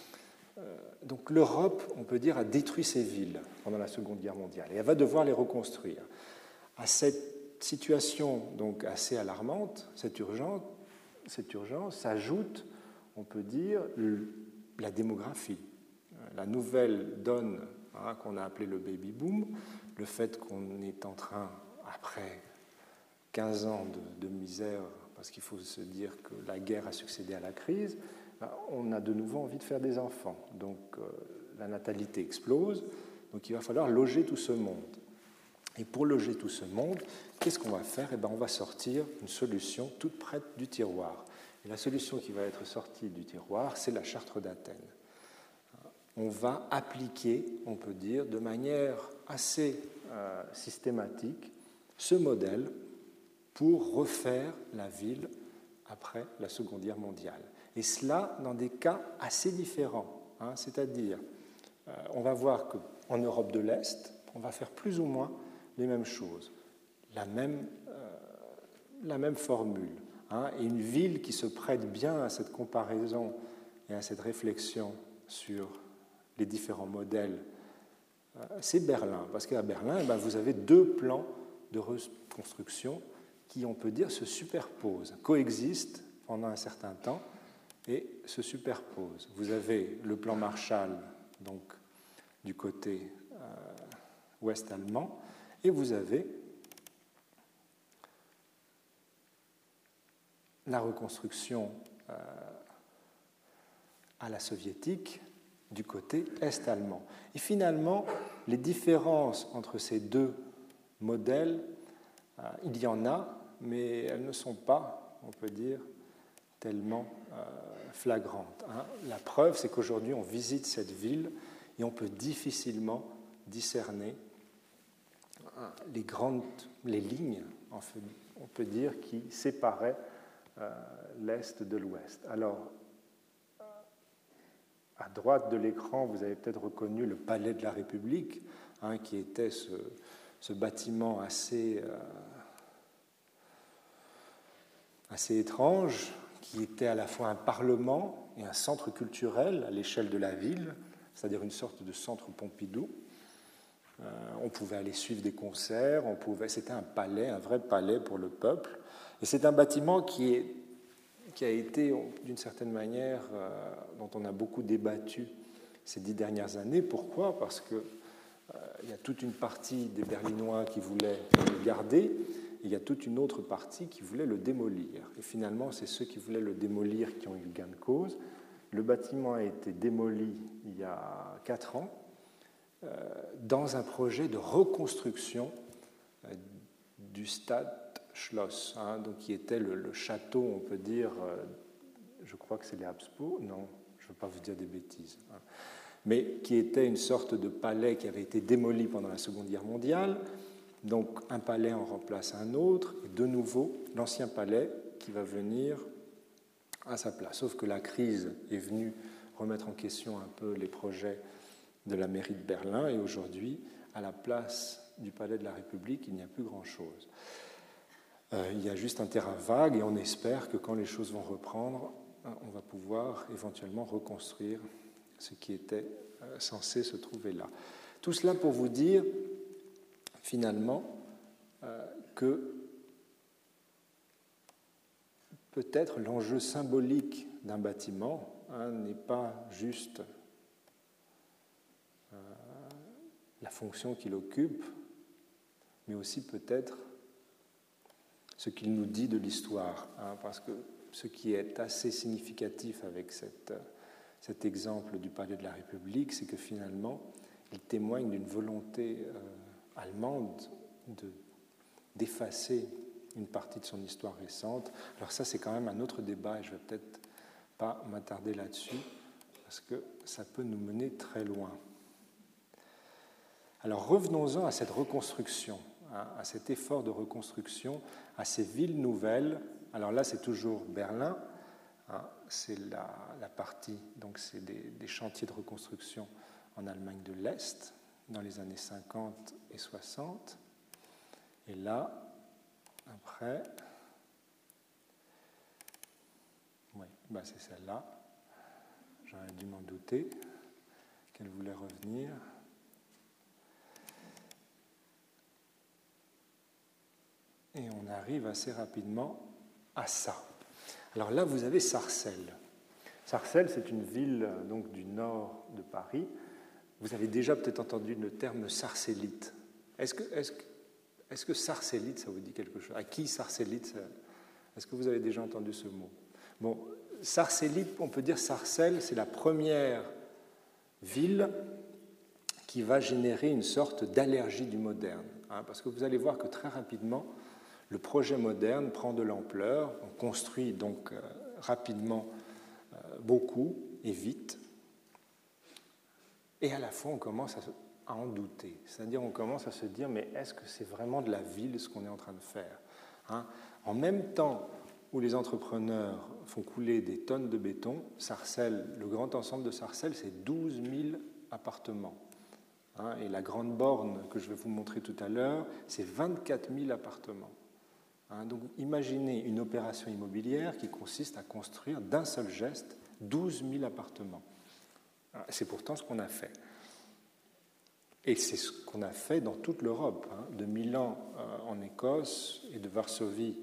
Donc l'Europe, on peut dire, a détruit ces villes pendant la Seconde Guerre mondiale et elle va devoir les reconstruire. À cette situation donc assez alarmante, cette urgence s'ajoute, on peut dire, la démographie. La nouvelle donne qu'on a appelée le baby-boom, le fait qu'on est en train, après 15 ans de misère, parce qu'il faut se dire que la guerre a succédé à la crise, on a de nouveau envie de faire des enfants. Donc la natalité explose, donc il va falloir loger tout ce monde. Et pour loger tout ce monde, qu'est-ce qu'on va faire? Eh bien, on va sortir une solution toute prête du tiroir. Et la solution qui va être sortie du tiroir, c'est la charte d'Athènes. On va appliquer, on peut dire, de manière assez systématique, ce modèle pour refaire la ville après la Seconde Guerre mondiale. Et cela dans des cas assez différents. C'est-à-dire, on va voir qu'en Europe de l'Est, on va faire plus ou moins les mêmes choses, la même formule. Et une ville qui se prête bien à cette comparaison et à cette réflexion sur les différents modèles, c'est Berlin. Parce qu'à Berlin, vous avez 2 plans de reconstruction qui, on peut dire, se superposent, coexistent pendant un certain temps et se superposent. Vous avez le plan Marshall, donc du côté ouest allemand, et vous avez la reconstruction à la soviétique du côté est-allemand. Et finalement, les différences entre ces 2 modèles, il y en a, mais elles ne sont pas, on peut dire, tellement flagrantes. La preuve, c'est qu'aujourd'hui, on visite cette ville et on peut difficilement discerner les lignes, en fait, on peut dire, qui séparaient l'Est de l'Ouest. Alors, à droite de l'écran, vous avez peut-être reconnu le Palais de la République, qui était ce bâtiment assez étrange, qui était à la fois un parlement et un centre culturel à l'échelle de la ville, c'est-à-dire une sorte de centre Pompidou. On pouvait aller suivre des concerts, c'était un palais, un vrai palais pour le peuple. Et c'est un bâtiment qui qui a été, d'une certaine manière, dont on a beaucoup débattu ces 10 dernières années. Pourquoi ? Parce qu'il y a toute une partie des Berlinois qui voulaient le garder, et il y a toute une autre partie qui voulait le démolir. Et finalement, c'est ceux qui voulaient le démolir qui ont eu gain de cause. Le bâtiment a été démoli il y a 4 ans dans un projet de reconstruction du Stadtschloss, donc qui était le château, on peut dire, je crois que c'est les Habsbourg, non, je ne veux pas vous dire des bêtises, mais qui était une sorte de palais qui avait été démoli pendant la Seconde Guerre mondiale. Donc un palais en remplace un autre, et de nouveau l'ancien palais qui va venir à sa place. Sauf que la crise est venue remettre en question un peu les projets de la mairie de Berlin, et aujourd'hui, à la place du palais de la République, il n'y a plus grand-chose. Il y a juste un terrain vague, et on espère que quand les choses vont reprendre, on va pouvoir éventuellement reconstruire ce qui était censé se trouver là. Tout cela pour vous dire, finalement, que peut-être l'enjeu symbolique d'un bâtiment n'est pas juste la fonction qu'il occupe, mais aussi peut-être ce qu'il nous dit de l'histoire. Parce que ce qui est assez significatif avec cet exemple du palais de la République, c'est que finalement, il témoigne d'une volonté allemande d'effacer une partie de son histoire récente. Alors ça, c'est quand même un autre débat, et je ne vais peut-être pas m'attarder là-dessus, parce que ça peut nous mener très loin. Alors revenons-en à cette reconstruction, à cet effort de reconstruction, à ces villes nouvelles. Alors là, c'est toujours Berlin, c'est la partie, donc c'est des chantiers de reconstruction en Allemagne de l'Est, dans les années 50 et 60. Et là, après, oui, c'est celle-là. J'aurais dû m'en douter qu'elle voulait revenir. Et on arrive assez rapidement à ça. Alors là, vous avez Sarcelles. Sarcelles, c'est une ville donc, du nord de Paris. Vous avez déjà peut-être entendu le terme sarcellite. Est-ce que sarcellite, ça vous dit quelque chose ? À qui sarcellite ? Est-ce que vous avez déjà entendu ce mot ? Bon, sarcellite, on peut dire Sarcelles, c'est la première ville qui va générer une sorte d'allergie du moderne. Parce que vous allez voir que très rapidement, le projet moderne prend de l'ampleur. On construit donc rapidement beaucoup et vite. Et à la fois, on commence à en douter. C'est-à-dire, on commence à se dire, mais est-ce que c'est vraiment de la ville ce qu'on est en train de faire ? En même temps où les entrepreneurs font couler des tonnes de béton, Sarcelles, le grand ensemble de Sarcelles, c'est 12 000 appartements. Et la grande borne que je vais vous montrer tout à l'heure, c'est 24 000 appartements. Donc imaginez une opération immobilière qui consiste à construire d'un seul geste 12 000 appartements. C'est pourtant ce qu'on a fait. Et c'est ce qu'on a fait dans toute l'Europe, de Milan en Écosse et de Varsovie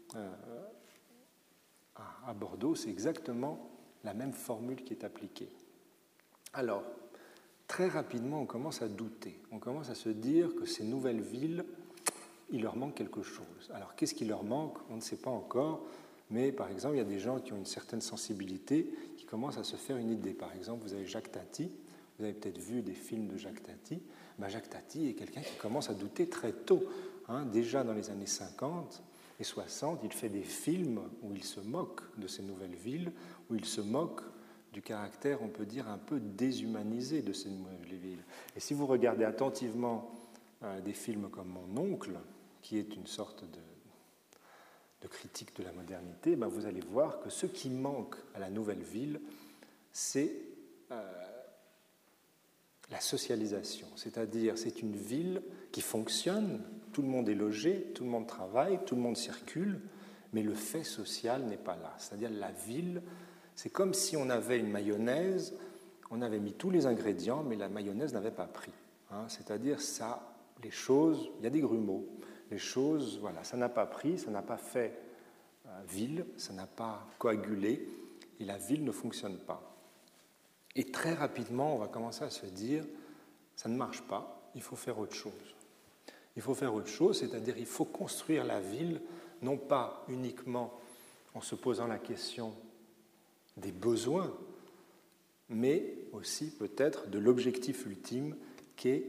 à Bordeaux, c'est exactement la même formule qui est appliquée. Alors, très rapidement, on commence à douter. On commence à se dire que ces nouvelles villes, il leur manque quelque chose. Alors, qu'est-ce qui leur manque ? On ne sait pas encore, mais par exemple, il y a des gens qui ont une certaine sensibilité qui commencent à se faire une idée. Par exemple, vous avez Jacques Tati, vous avez peut-être vu des films de Jacques Tati. Jacques Tati est quelqu'un qui commence à douter très tôt. Déjà dans les années 50 et 60, il fait des films où il se moque de ces nouvelles villes, où il se moque du caractère, on peut dire, un peu déshumanisé de ces nouvelles villes. Et si vous regardez attentivement des films comme Mon oncle, qui est une sorte de critique de la modernité, vous allez voir que ce qui manque à la nouvelle ville, c'est la socialisation. C'est-à-dire, c'est une ville qui fonctionne, tout le monde est logé, tout le monde travaille, tout le monde circule, mais le fait social n'est pas là. C'est-à-dire, la ville, c'est comme si on avait une mayonnaise, on avait mis tous les ingrédients, mais la mayonnaise n'avait pas pris. C'est-à-dire, ça, les choses, il y a des grumeaux, les choses, voilà, ça n'a pas pris, ça n'a pas fait ville, ça n'a pas coagulé, et la ville ne fonctionne pas. Et très rapidement, on va commencer à se dire, ça ne marche pas, il faut faire autre chose. Il faut faire autre chose, c'est-à-dire il faut construire la ville, non pas uniquement en se posant la question des besoins, mais aussi peut-être de l'objectif ultime qu'est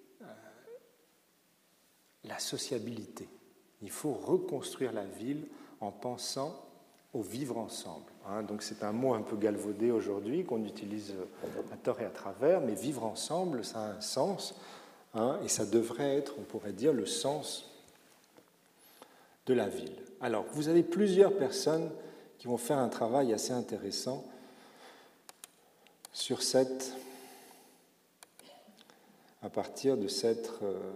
la sociabilité. Il faut reconstruire la ville en pensant au vivre ensemble. Donc c'est un mot un peu galvaudé aujourd'hui qu'on utilise à tort et à travers, mais vivre ensemble, ça a un sens, et ça devrait être, on pourrait dire, le sens de la ville. Alors, vous avez plusieurs personnes qui vont faire un travail assez intéressant sur à partir de cette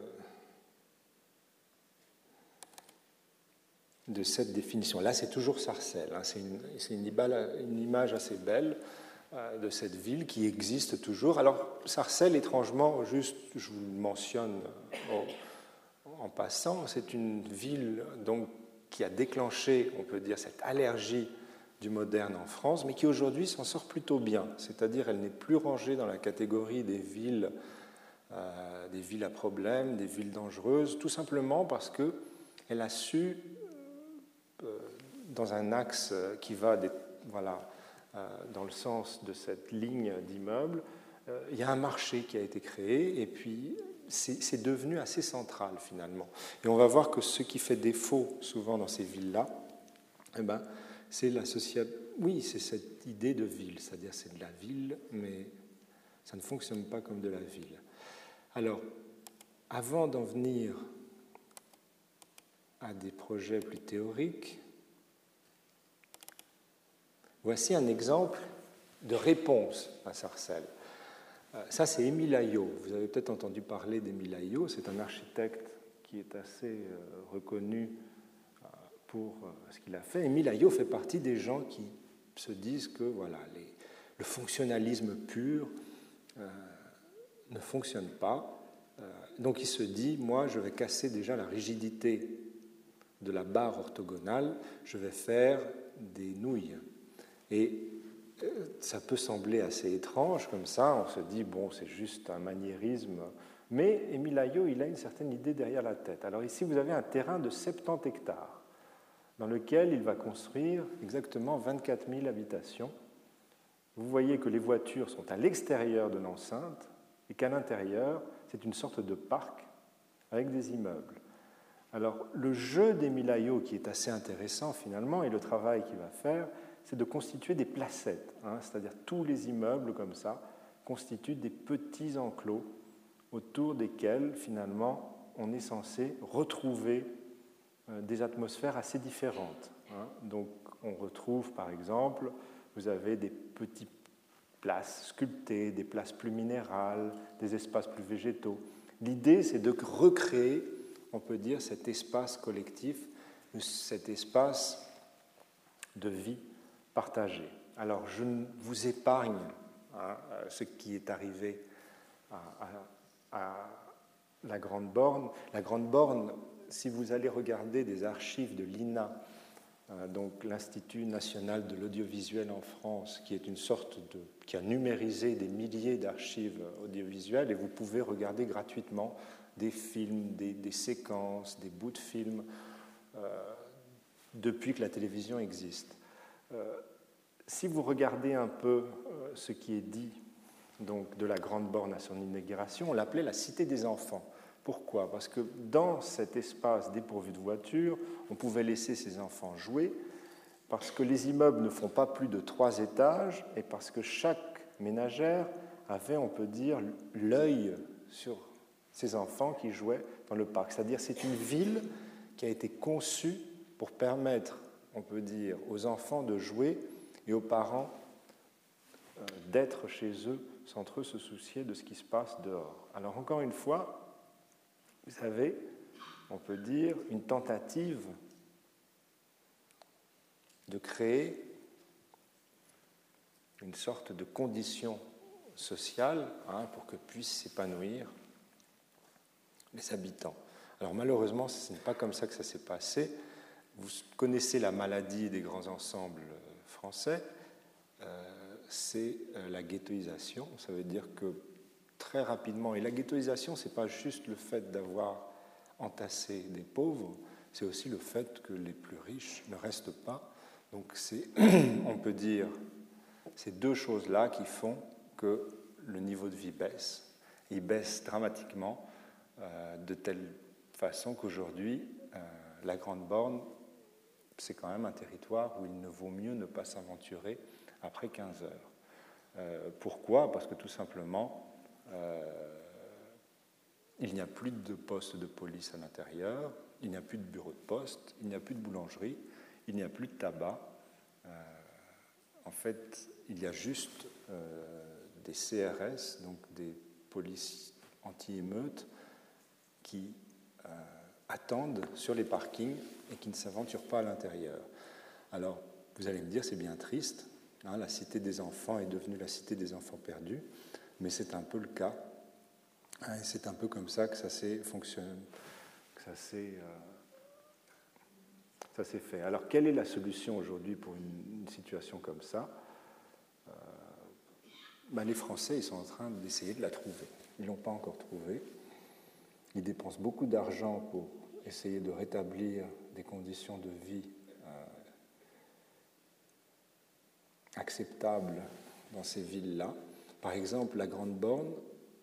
définition. Là, c'est toujours Sarcelles. C'est une image assez belle de cette ville qui existe toujours. Alors, Sarcelles, étrangement, juste, je vous le mentionne en passant, c'est une ville donc, qui a déclenché, on peut dire, cette allergie du moderne en France, mais qui aujourd'hui s'en sort plutôt bien. C'est-à-dire, elle n'est plus rangée dans la catégorie des villes à problème, des villes dangereuses, tout simplement parce qu'elle a su, dans un axe qui va dans le sens de cette ligne d'immeubles, il y a un marché qui a été créé et puis c'est devenu assez central finalement. Et on va voir que ce qui fait défaut souvent dans ces villes-là, c'est c'est cette idée de ville, c'est-à-dire c'est de la ville, mais ça ne fonctionne pas comme de la ville. Alors, avant d'en venir à des projets plus théoriques, voici un exemple de réponse à Sarcelles. Ça, c'est Émile Aillot. Vous avez peut-être entendu parler d'Émile Aillot. C'est un architecte qui est assez reconnu pour ce qu'il a fait. Émile Aillot fait partie des gens qui se disent que le fonctionnalisme pur ne fonctionne pas. Donc il se dit, moi, je vais casser déjà la rigidité de la barre orthogonale, je vais faire des nouilles. Et ça peut sembler assez étrange comme ça, on se dit, bon, c'est juste un maniérisme, mais Émile Aillot, il a une certaine idée derrière la tête. Alors ici, vous avez un terrain de 70 hectares, dans lequel il va construire exactement 24 000 habitations. Vous voyez que les voitures sont à l'extérieur de l'enceinte, et qu'à l'intérieur, c'est une sorte de parc avec des immeubles. Alors, le jeu d'Émile Aillot, qui est assez intéressant finalement, et le travail qu'il va faire, c'est de constituer des placettes, c'est-à-dire tous les immeubles comme ça constituent des petits enclos autour desquels finalement on est censé retrouver des atmosphères assez différentes. Donc on retrouve par exemple, vous avez des petites places sculptées, des places plus minérales, des espaces plus végétaux. L'idée c'est de recréer, on peut dire, cet espace collectif, cet espace de vie partagé. Alors, je vous épargne ce qui est arrivé à la Grande Borne. La Grande Borne, si vous allez regarder des archives de l'INA, donc l'Institut national de l'audiovisuel en France, qui est une sorte qui a numérisé des milliers d'archives audiovisuelles, et vous pouvez regarder gratuitement des films, des séquences, des bouts de films depuis que la télévision existe. Si vous regardez un peu ce qui est dit donc, de la Grande Borne à son inauguration, on l'appelait la Cité des enfants. Pourquoi ? Parce que dans cet espace dépourvu de voitures, on pouvait laisser ses enfants jouer, parce que les immeubles ne font pas plus de 3 étages, et parce que chaque ménagère avait, on peut dire, l'œil sur ses enfants qui jouaient dans le parc. C'est-à-dire c'est une ville qui a été conçue pour permettre, on peut dire, aux enfants de jouer et aux parents d'être chez eux sans trop se soucier de ce qui se passe dehors. Alors encore une fois, vous savez, on peut dire une tentative de créer une sorte de condition sociale pour que puissent s'épanouir les habitants. Alors malheureusement, ce n'est pas comme ça que ça s'est passé. vous connaissez la maladie des grands ensembles français, c'est la ghettoisation. Ça veut dire que très rapidement, et la ghettoisation, ce n'est pas juste le fait d'avoir entassé des pauvres, c'est aussi le fait que les plus riches ne restent pas. Donc c'est, on peut dire, ces deux choses-là qui font que le niveau de vie baisse. Il baisse dramatiquement de telle façon qu'aujourd'hui, la Grande Borne, c'est quand même un territoire où il ne vaut mieux ne pas s'aventurer après 15 heures. Pourquoi ? Parce que tout simplement, il n'y a plus de poste de police à l'intérieur, il n'y a plus de bureau de poste, il n'y a plus de boulangerie, il n'y a plus de tabac. En fait, il y a juste des CRS, donc des polices anti-émeutes, qui attendent sur les parkings et qui ne s'aventurent pas à l'intérieur. Alors, vous allez me dire, c'est bien triste, hein, la cité des enfants est devenue la cité des enfants perdus, mais c'est un peu le cas. Hein, et c'est un peu comme ça que ça s'est fonctionné, que ça s'est fait. Alors, quelle est la solution aujourd'hui pour une situation comme ça ? Les Français, ils sont en train d'essayer de la trouver. Ils ne l'ont pas encore trouvée. Ils dépensent beaucoup d'argent pour essayer de rétablir des conditions de vie acceptables dans ces villes-là. Par exemple, la Grande Borne,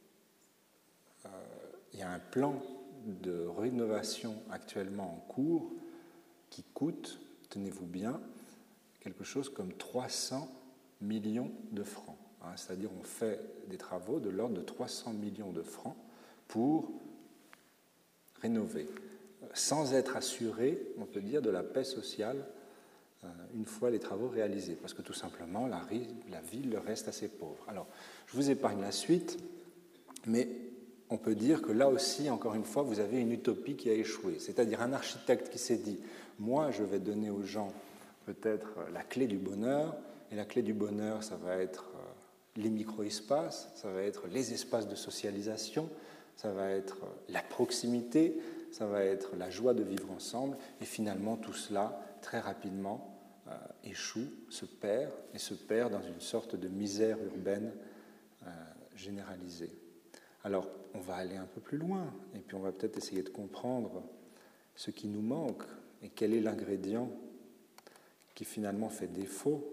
il y a un plan de rénovation actuellement en cours qui coûte, tenez-vous bien, quelque chose comme 300 millions de francs. Hein, c'est-à-dire on fait des travaux de l'ordre de 300 millions de francs pour rénover, sans être assuré, on peut dire, de la paix sociale une fois les travaux réalisés, parce que tout simplement, la ville reste assez pauvre. Alors, je vous épargne la suite, mais on peut dire que là aussi, encore une fois, vous avez une utopie qui a échoué, c'est-à-dire un architecte qui s'est dit « moi, je vais donner aux gens peut-être la clé du bonheur, et la clé du bonheur, ça va être les micro-espaces, ça va être les espaces de socialisation, ça va être la proximité, ça va être la joie de vivre ensemble, et finalement tout cela, très rapidement, échoue, se perd dans une sorte de misère urbaine généralisée. Alors, on va aller un peu plus loin, et puis on va peut-être essayer de comprendre ce qui nous manque, et quel est l'ingrédient qui finalement fait défaut,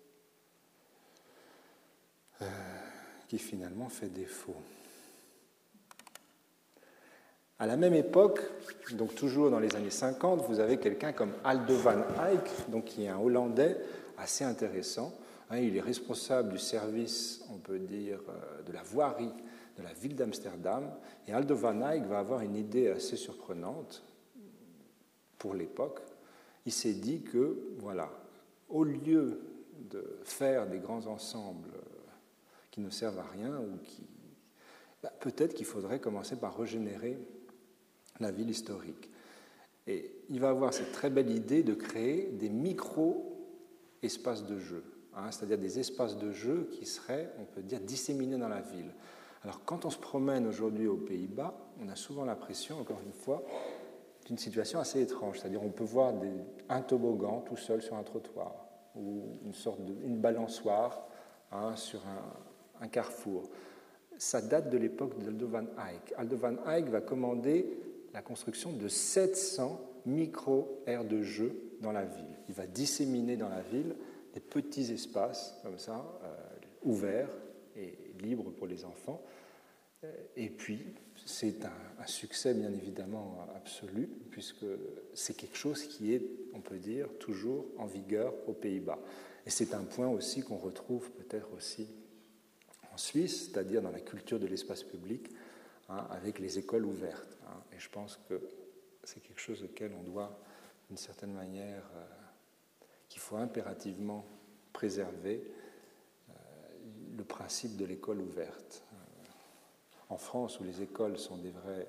À la même époque, donc toujours dans les années 50, vous avez quelqu'un comme Aldo van Eyck, donc qui est un Hollandais assez intéressant. Il est responsable du service, on peut dire, de la voirie de la ville d'Amsterdam. Et Aldo van Eyck va avoir une idée assez surprenante pour l'époque. Il s'est dit que, voilà, au lieu de faire des grands ensembles qui ne servent à rien, ou peut-être qu'il faudrait commencer par régénérer la ville historique. Et il va avoir cette très belle idée de créer des micro-espaces de jeu, c'est-à-dire des espaces de jeu qui seraient, on peut dire, disséminés dans la ville. Alors, quand on se promène aujourd'hui aux Pays-Bas, on a souvent l'impression, encore une fois, d'une situation assez étrange, c'est-à-dire on peut voir un toboggan tout seul sur un trottoir, ou une balançoire sur un carrefour. Ça date de l'époque d'Aldo van Eyck. Aldo van Eyck va commander la construction de 700 micro-aires de jeu dans la ville. Il va disséminer dans la ville des petits espaces comme ça, ouverts et libres pour les enfants. Et puis, c'est un succès bien évidemment absolu, puisque c'est quelque chose qui est, on peut dire, toujours en vigueur aux Pays-Bas. Et c'est un point aussi qu'on retrouve peut-être aussi en Suisse, c'est-à-dire dans la culture de l'espace public, avec les écoles ouvertes. Et je pense que c'est quelque chose auquel on doit, d'une certaine manière, qu'il faut impérativement préserver, le principe de l'école ouverte. En France, où les écoles sont des vrais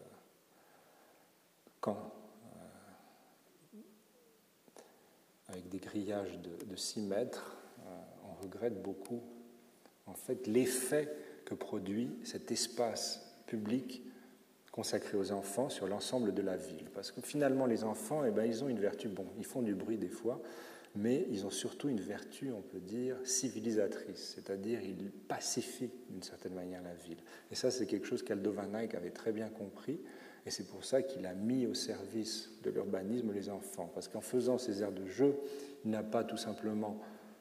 camps, avec des grillages de 6 mètres, on regrette beaucoup, en fait, l'effet que produit cet espace public consacré aux enfants sur l'ensemble de la ville. Parce que finalement, les enfants, ils ont une vertu, bon, ils font du bruit des fois, mais ils ont surtout une vertu, on peut dire, civilisatrice, c'est-à-dire ils pacifient d'une certaine manière la ville. Et ça, c'est quelque chose qu'Aldo van Eyck avait très bien compris, et c'est pour ça qu'il a mis au service de l'urbanisme les enfants. Parce qu'en faisant ces aires de jeu, il n'a pas tout simplement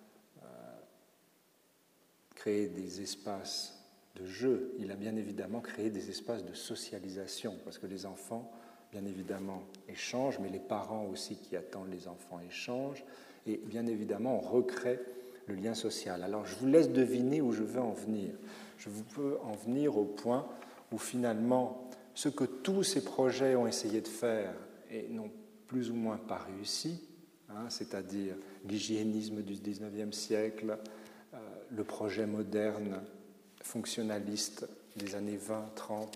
créé des espaces de jeu, il a bien évidemment créé des espaces de socialisation, parce que les enfants, bien évidemment, échangent, mais les parents aussi qui attendent les enfants échangent, et bien évidemment, on recrée le lien social. Alors, je vous laisse deviner où je veux en venir. Je veux en venir au point où, finalement, ce que tous ces projets ont essayé de faire et n'ont plus ou moins pas réussi, c'est-à-dire l'hygiénisme du XIXe siècle, le projet moderne fonctionnaliste des années 20-30,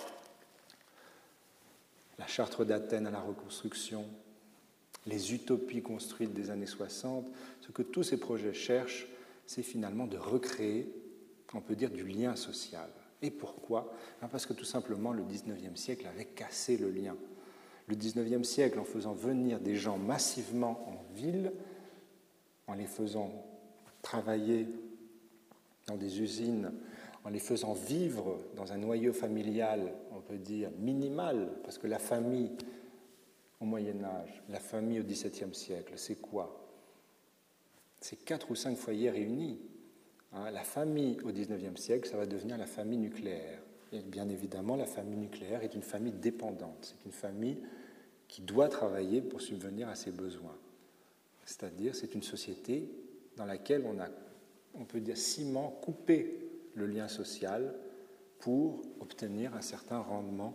la charte d'Athènes à la reconstruction, les utopies construites des années 60, ce que tous ces projets cherchent, c'est finalement de recréer, on peut dire, du lien social. Et pourquoi ? Parce que tout simplement, le XIXe siècle avait cassé le lien. Le XIXe siècle, en faisant venir des gens massivement en ville, en les faisant travailler dans des usines, en les faisant vivre dans un noyau familial, on peut dire, minimal, parce que la famille au Moyen-Âge, la famille au XVIIe siècle, c'est quoi ? C'est 4 ou 5 foyers réunis. La famille au XIXe siècle, ça va devenir la famille nucléaire. Et bien évidemment, la famille nucléaire est une famille dépendante. C'est une famille qui doit travailler pour subvenir à ses besoins. C'est-à-dire, c'est une société dans laquelle on peut dire, coupé le lien social pour obtenir un certain rendement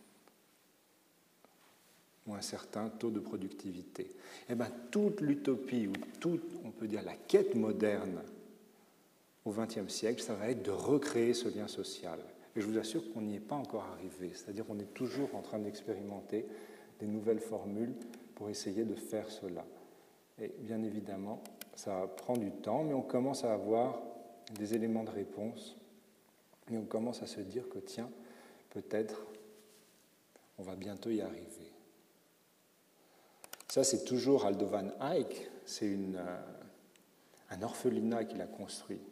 ou un certain taux de productivité. Et bien, toute l'utopie ou toute, on peut dire, la quête moderne au XXe siècle, ça va être de recréer ce lien social. Et je vous assure qu'on n'y est pas encore arrivé. C'est-à-dire qu'on est toujours en train d'expérimenter des nouvelles formules pour essayer de faire cela. Et bien évidemment, ça prend du temps, mais on commence à avoir des éléments de réponse et on commence à se dire que, tiens, peut-être on va bientôt y arriver. Ça, c'est toujours Aldo van Eyck, c'est un orphelinat qu'il a construit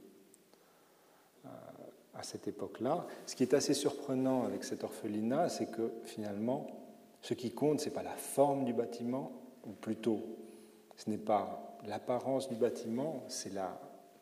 à cette époque-là. Ce qui est assez surprenant avec cet orphelinat, c'est que finalement, ce qui compte, ce n'est pas la forme du bâtiment, ou plutôt, ce n'est pas l'apparence du bâtiment, c'est la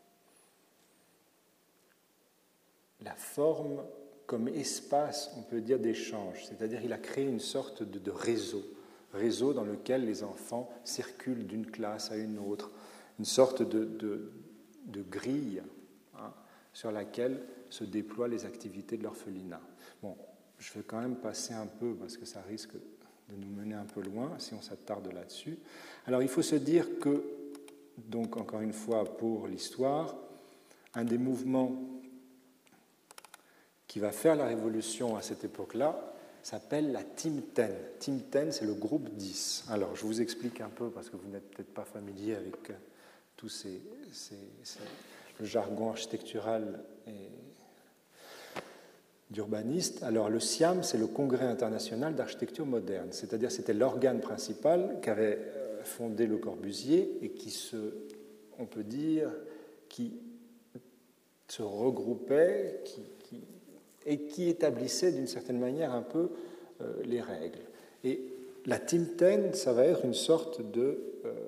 forme comme espace, on peut dire, d'échange. C'est-à-dire qu'il a créé une sorte de réseau dans lequel les enfants circulent d'une classe à une autre, une sorte de grille sur laquelle se déploient les activités de l'orphelinat. Bon, je vais quand même passer un peu, parce que ça risque de nous mener un peu loin si on s'attarde là-dessus. Alors, il faut se dire que, donc, encore une fois, pour l'histoire, un des mouvements qui va faire la révolution à cette époque-là s'appelle la Team 10. Team 10, c'est le groupe 10. Alors, je vous explique un peu, parce que vous n'êtes peut-être pas familier avec tout le jargon architectural et d'urbaniste. Alors, le CIAM, c'est le Congrès international d'architecture moderne, c'est-à-dire c'était l'organe principal qu'avait fondé Le Corbusier et qui on peut dire, qui se regroupait, et qui établissait d'une certaine manière un peu les règles. Et la Team 10, ça va être une sorte de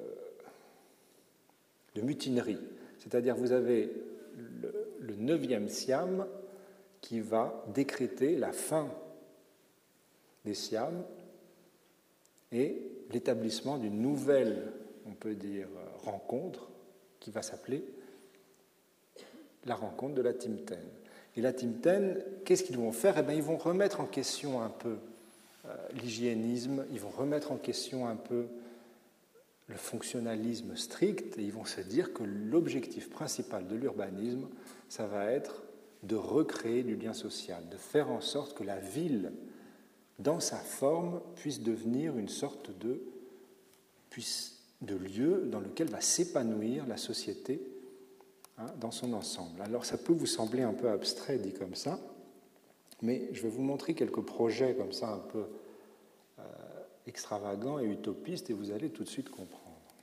mutinerie. C'est-à-dire vous avez le 9e SIAM qui va décréter la fin des SIAM et l'établissement d'une nouvelle, on peut dire, rencontre qui va s'appeler la rencontre de la Team 10. Et la Team 10, qu'est-ce qu'ils vont faire ? Eh bien, ils vont remettre en question un peu l'hygiénisme, ils vont remettre en question un peu le fonctionnalisme strict, et ils vont se dire que l'objectif principal de l'urbanisme, ça va être de recréer du lien social, de faire en sorte que la ville, dans sa forme, puisse devenir une sorte de lieu dans lequel va s'épanouir la société dans son ensemble. Alors ça peut vous sembler un peu abstrait dit comme ça, Mais je vais vous montrer quelques projets comme ça un peu extravagants et utopistes, et vous allez tout de suite comprendre.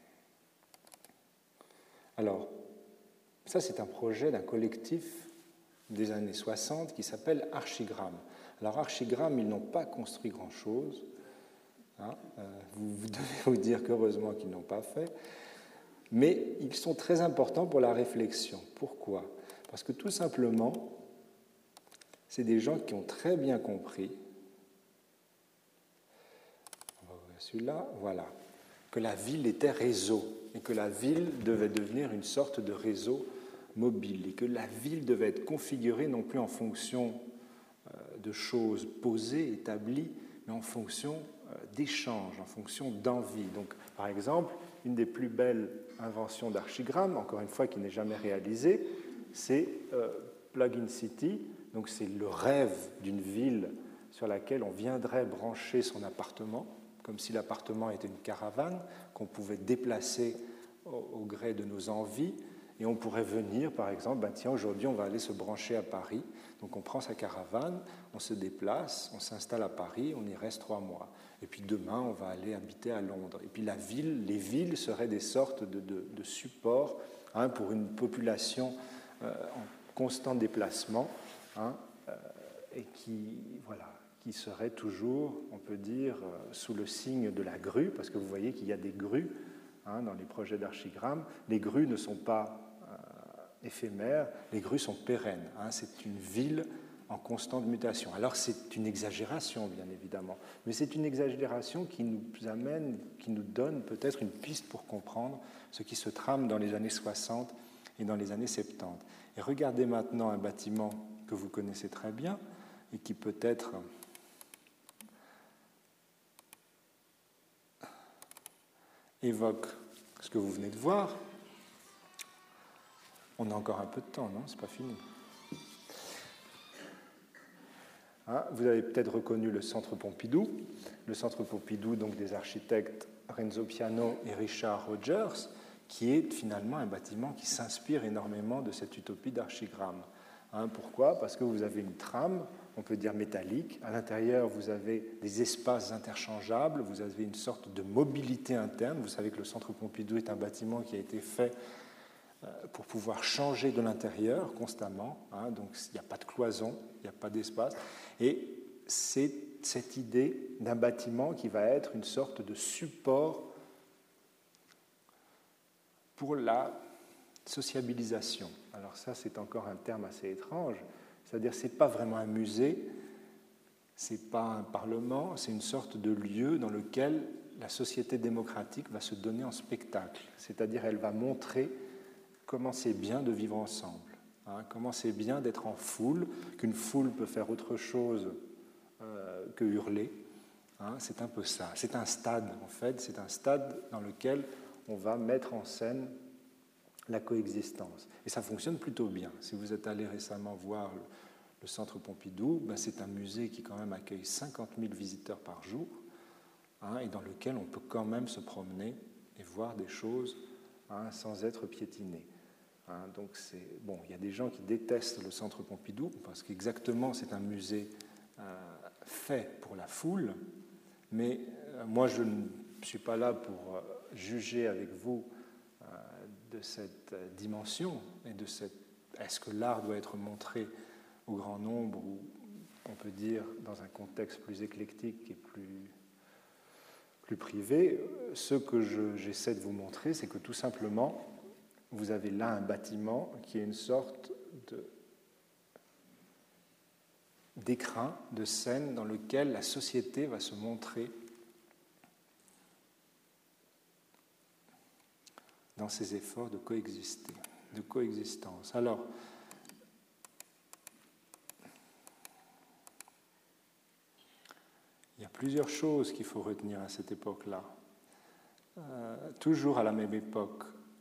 Alors, ça c'est un projet d'un collectif des années 60 qui s'appelle Archigramme. Alors Archigramme, ils n'ont pas construit grand-chose. Hein, vous devez vous dire qu'heureusement qu'ils n'ont pas fait. Mais ils sont très importants pour la réflexion. Pourquoi? Parce que tout simplement, c'est des gens qui ont très bien compris, on va voir celui-là, voilà, que la ville était réseau et que la ville devait devenir une sorte de réseau mobile et que la ville devait être configurée non plus en fonction de choses posées, établies, mais en fonction d'échanges, en fonction d'envie. Donc, par exemple, une des plus belles inventions d'Archigramme, encore une fois qui n'est jamais réalisée, c'est Plug-in City. Donc, c'est le rêve d'une ville sur laquelle on viendrait brancher son appartement, comme si l'appartement était une caravane qu'on pouvait déplacer au gré de nos envies. Et on pourrait venir, par exemple, tiens, aujourd'hui, on va aller se brancher à Paris. Donc, on prend sa caravane, on se déplace, on s'installe à Paris, on y reste 3 mois. Et puis, demain, on va aller habiter à Londres. Et puis, les villes seraient des sortes de supports pour une population en constant déplacement et qui serait toujours, on peut dire, sous le signe de la grue, parce que vous voyez qu'il y a des grues dans les projets d'Archigramme. Les grues ne sont pas éphémères, les grues sont pérennes. C'est une ville en constante mutation. Alors c'est une exagération, bien évidemment, mais c'est une exagération qui nous donne peut-être une piste pour comprendre ce qui se trame dans les années 60 et dans les années 70. Et regardez maintenant un bâtiment que vous connaissez très bien et qui peut-être évoque ce que vous venez de voir. On a encore un peu de temps, non? C'est pas fini. Vous avez peut-être reconnu le Centre Pompidou. Le Centre Pompidou, donc des architectes Renzo Piano et Richard Rogers, qui est finalement un bâtiment qui s'inspire énormément de cette utopie d'Archigramme. Pourquoi? Parce que vous avez une trame, on peut dire métallique. À l'intérieur, vous avez des espaces interchangeables, vous avez une sorte de mobilité interne. Vous savez que le Centre Pompidou est un bâtiment qui a été fait pour pouvoir changer de l'intérieur constamment. Donc, il n'y a pas de cloison, il n'y a pas d'espace. Et c'est cette idée d'un bâtiment qui va être une sorte de support pour la sociabilisation. Alors ça, c'est encore un terme assez étrange. C'est-à-dire, ce n'est pas vraiment un musée, ce n'est pas un parlement, c'est une sorte de lieu dans lequel la société démocratique va se donner en spectacle. C'est-à-dire, elle va montrer comment c'est bien de vivre ensemble, comment c'est bien d'être en foule, qu'une foule peut faire autre chose que hurler. C'est un peu ça. C'est un stade, en fait, c'est un stade dans lequel on va mettre en scène la coexistence. Et ça fonctionne plutôt bien. Si vous êtes allé récemment voir le Centre Pompidou, c'est un musée qui quand même accueille 50 000 visiteurs par jour, et dans lequel on peut quand même se promener et voir des choses sans être piétiné. Donc il y a des gens qui détestent le Centre Pompidou parce qu'exactement c'est un musée fait pour la foule, mais moi je ne suis pas là pour juger avec vous de cette dimension et de est-ce que l'art doit être montré au grand nombre ou on peut dire dans un contexte plus éclectique et plus privé. Ce que j'essaie de vous montrer, c'est que tout simplement vous avez là un bâtiment qui est une sorte d'écrin, de scène dans lequel la société va se montrer dans ses efforts de coexister, de coexistence. Alors, il y a plusieurs choses qu'il faut retenir à cette époque-là. Toujours à la même époque,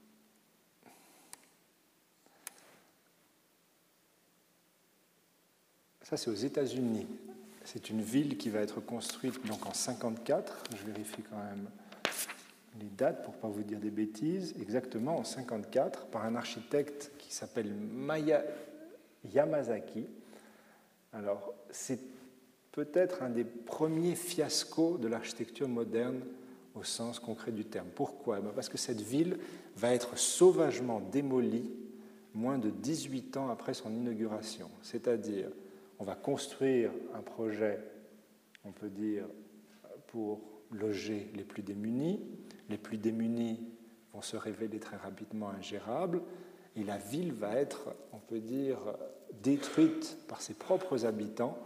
ça, c'est aux États-Unis. C'est une ville qui va être construite donc en 1954. Je vérifie quand même les dates pour ne pas vous dire des bêtises. Exactement en 1954, par un architecte qui s'appelle Yamazaki, Alors, c'est peut-être un des premiers fiascos de l'architecture moderne au sens concret du terme. Pourquoi? Parce que cette ville va être sauvagement démolie moins de 18 ans après son inauguration. C'est-à-dire, on va construire un projet, on peut dire, pour loger les plus démunis. Les plus démunis vont se révéler très rapidement ingérables, et la ville va être, on peut dire, détruite par ses propres habitants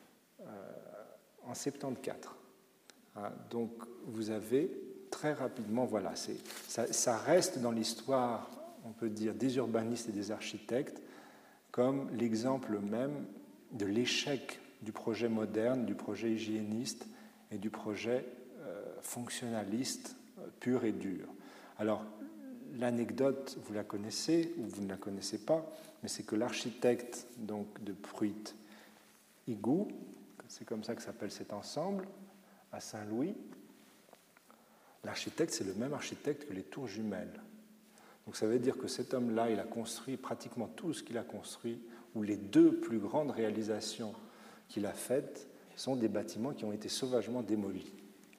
en 74. Donc vous avez très rapidement, voilà, ça reste dans l'histoire, on peut dire, des urbanistes et des architectes comme l'exemple même de l'échec du projet moderne, du projet hygiéniste et du projet fonctionnaliste pur et dur. Alors, l'anecdote, vous la connaissez ou vous ne la connaissez pas, mais c'est que l'architecte donc, de Pruit, Higou, c'est comme ça que s'appelle cet ensemble, à Saint-Louis, l'architecte, c'est le même architecte que les tours jumelles. Donc ça veut dire que cet homme-là, il a construit pratiquement tout ce qu'il a construit, ou les deux plus grandes réalisations qu'il a faites sont des bâtiments qui ont été sauvagement démolis.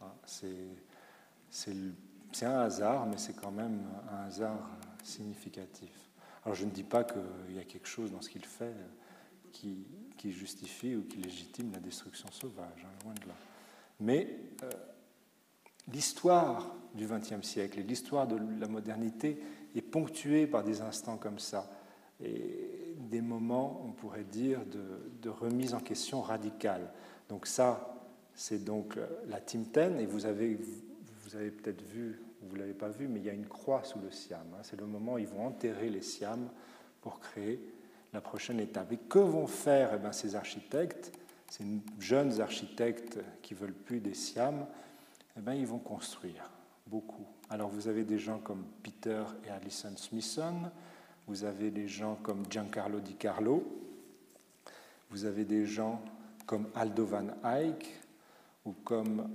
C'est un hasard, mais c'est quand même un hasard significatif. Alors je ne dis pas qu'il y a quelque chose dans ce qu'il fait qui justifie ou qui légitime la destruction sauvage, loin de là. Mais l'histoire du XXe siècle et l'histoire de la modernité est ponctuée par des instants comme ça, et des moments, on pourrait dire, de remise en question radicale. Donc ça, c'est donc la Tim Ten, et vous avez peut-être vu, vous ne l'avez pas vu, mais il y a une croix sous le Siam. C'est le moment où ils vont enterrer les Siam pour créer la prochaine étape. Et que vont faire ces architectes, ces jeunes architectes qui ne veulent plus des Siam? Ils vont construire beaucoup. Alors vous avez des gens comme Peter et Alison Smithson, vous avez des gens comme Giancarlo Di Carlo, vous avez des gens comme Aldo van Eyck ou comme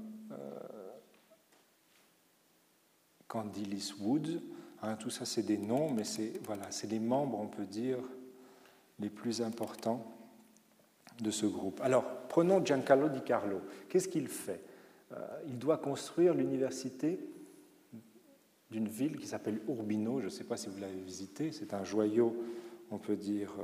Candilis Wood. Tout ça, c'est des noms, mais c'est les membres, on peut dire, les plus importants de ce groupe. Alors, prenons Giancarlo Di Carlo. Qu'est-ce qu'il fait? Il doit construire l'université d'une ville qui s'appelle Urbino. Je ne sais pas si vous l'avez visité. C'est un joyau, on peut dire.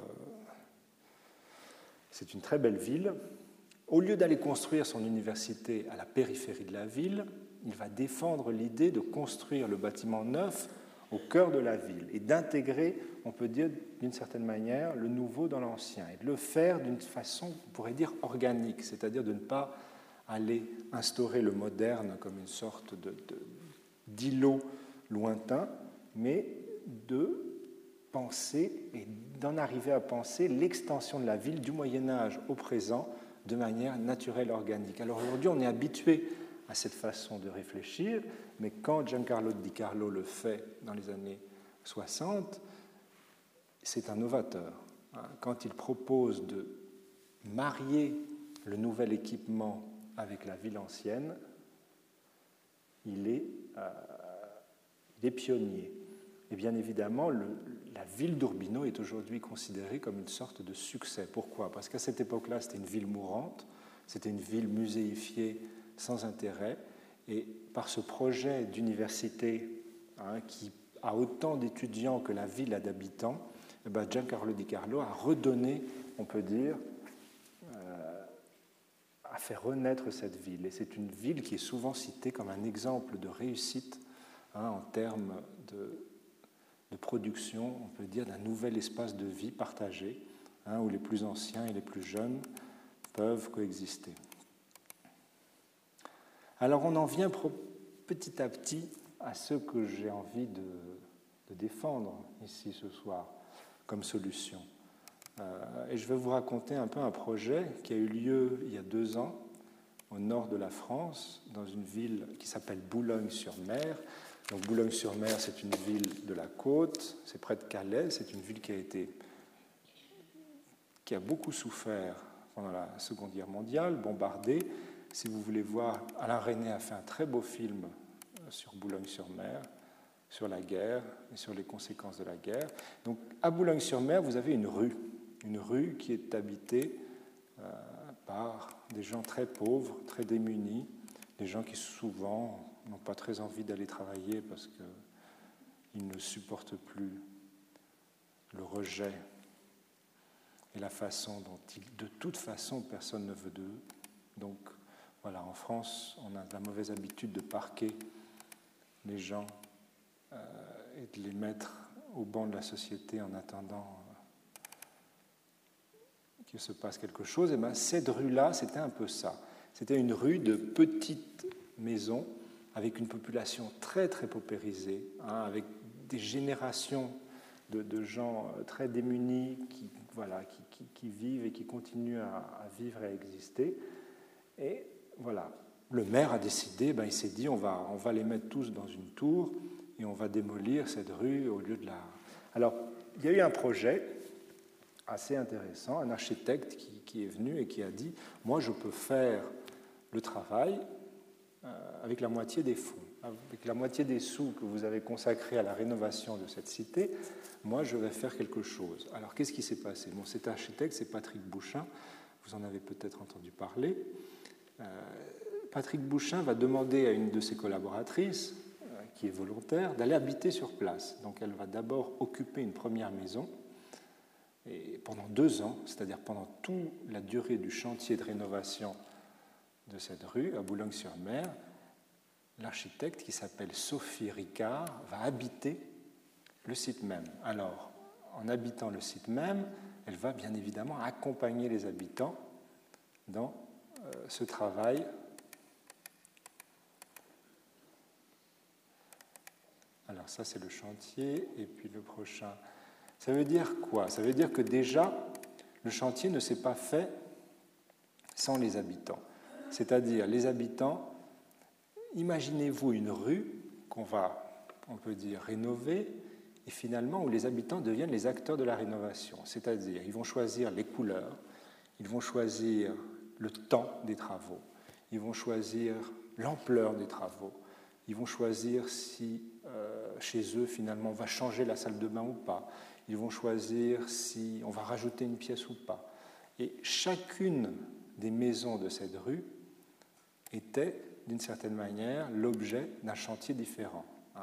C'est une très belle ville. Au lieu d'aller construire son université à la périphérie de la ville, il va défendre l'idée de construire le bâtiment neuf au cœur de la ville et d'intégrer, on peut dire d'une certaine manière, le nouveau dans l'ancien et de le faire d'une façon, on pourrait dire, organique, c'est-à-dire de ne pas aller instaurer le moderne comme une sorte d'îlot lointain, mais de penser et d'en arriver à penser l'extension de la ville du Moyen-Âge au présent de manière naturelle, organique. Alors aujourd'hui, on est habitué à cette façon de réfléchir, mais quand Giancarlo Di Carlo le fait dans les années 60, c'est un novateur. Quand il propose de marier le nouvel équipement avec la ville ancienne, il est pionnier. Et bien évidemment, la ville d'Urbino est aujourd'hui considérée comme une sorte de succès. Pourquoi? Parce qu'à cette époque-là, c'était une ville mourante, c'était une ville muséifiée sans intérêt, et par ce projet d'université qui a autant d'étudiants que la ville a d'habitants, Giancarlo Di Carlo a redonné, on peut dire, a fait renaître cette ville. Et c'est une ville qui est souvent citée comme un exemple de réussite en termes de production, on peut dire, d'un nouvel espace de vie partagé, où les plus anciens et les plus jeunes peuvent coexister. Alors on en vient petit à petit à ce que j'ai envie de défendre ici ce soir comme solution. Et je vais vous raconter un peu un projet qui a eu lieu il y a 2 ans au nord de la France, dans une ville qui s'appelle Boulogne-sur-Mer. Donc Boulogne-sur-Mer, c'est une ville de la côte, c'est près de Calais, c'est une ville qui a beaucoup souffert pendant la Seconde Guerre mondiale, bombardée. Si vous voulez voir, Alain Resnais a fait un très beau film sur Boulogne-sur-Mer, sur la guerre et sur les conséquences de la guerre. Donc à Boulogne-sur-Mer, vous avez une rue qui est habitée par des gens très pauvres, très démunis, des gens qui souvent n'ont pas très envie d'aller travailler parce qu'ils ne supportent plus le rejet et la façon dont, de toute façon, personne ne veut d'eux. Donc, voilà, en France, on a la mauvaise habitude de parquer les gens et de les mettre au banc de la société en attendant qu'il se passe quelque chose. Et bien, cette rue-là, c'était un peu ça. C'était une rue de petites maisons avec une population très, très paupérisée, avec des générations de gens très démunis qui vivent et qui continuent à vivre et à exister. Et voilà, le maire a décidé, il s'est dit, on va les mettre tous dans une tour et on va démolir cette rue au lieu de la... Alors, il y a eu un projet assez intéressant, un architecte qui est venu et qui a dit, moi je peux faire le travail avec la moitié des fonds, avec la moitié des sous que vous avez consacrés à la rénovation de cette cité, moi je vais faire quelque chose. Alors qu'est-ce qui s'est passé? Bon, cet architecte, c'est Patrick Bouchain, vous en avez peut-être entendu parler. Patrick Bouchain va demander à une de ses collaboratrices, qui est volontaire, d'aller habiter sur place. Donc elle va d'abord occuper une première maison, et pendant 2 ans, c'est-à-dire pendant toute la durée du chantier de rénovation de cette rue, à Boulogne-sur-Mer, l'architecte, qui s'appelle Sophie Ricard, va habiter le site même. Alors, en habitant le site même, elle va bien évidemment accompagner les habitants dans ce travail. Alors ça, c'est le chantier, et puis le prochain. Ça veut dire quoi? Ça veut dire que déjà, le chantier ne s'est pas fait sans les habitants. C'est-à-dire, les habitants, imaginez-vous une rue qu'on va, on peut dire, rénover, et finalement où les habitants deviennent les acteurs de la rénovation. C'est-à-dire, ils vont choisir les couleurs, ils vont choisir le temps des travaux, ils vont choisir l'ampleur des travaux, ils vont choisir si chez eux, finalement, on va changer la salle de bain ou pas, ils vont choisir si on va rajouter une pièce ou pas. Et chacune des maisons de cette rue était, d'une certaine manière, l'objet d'un chantier différent.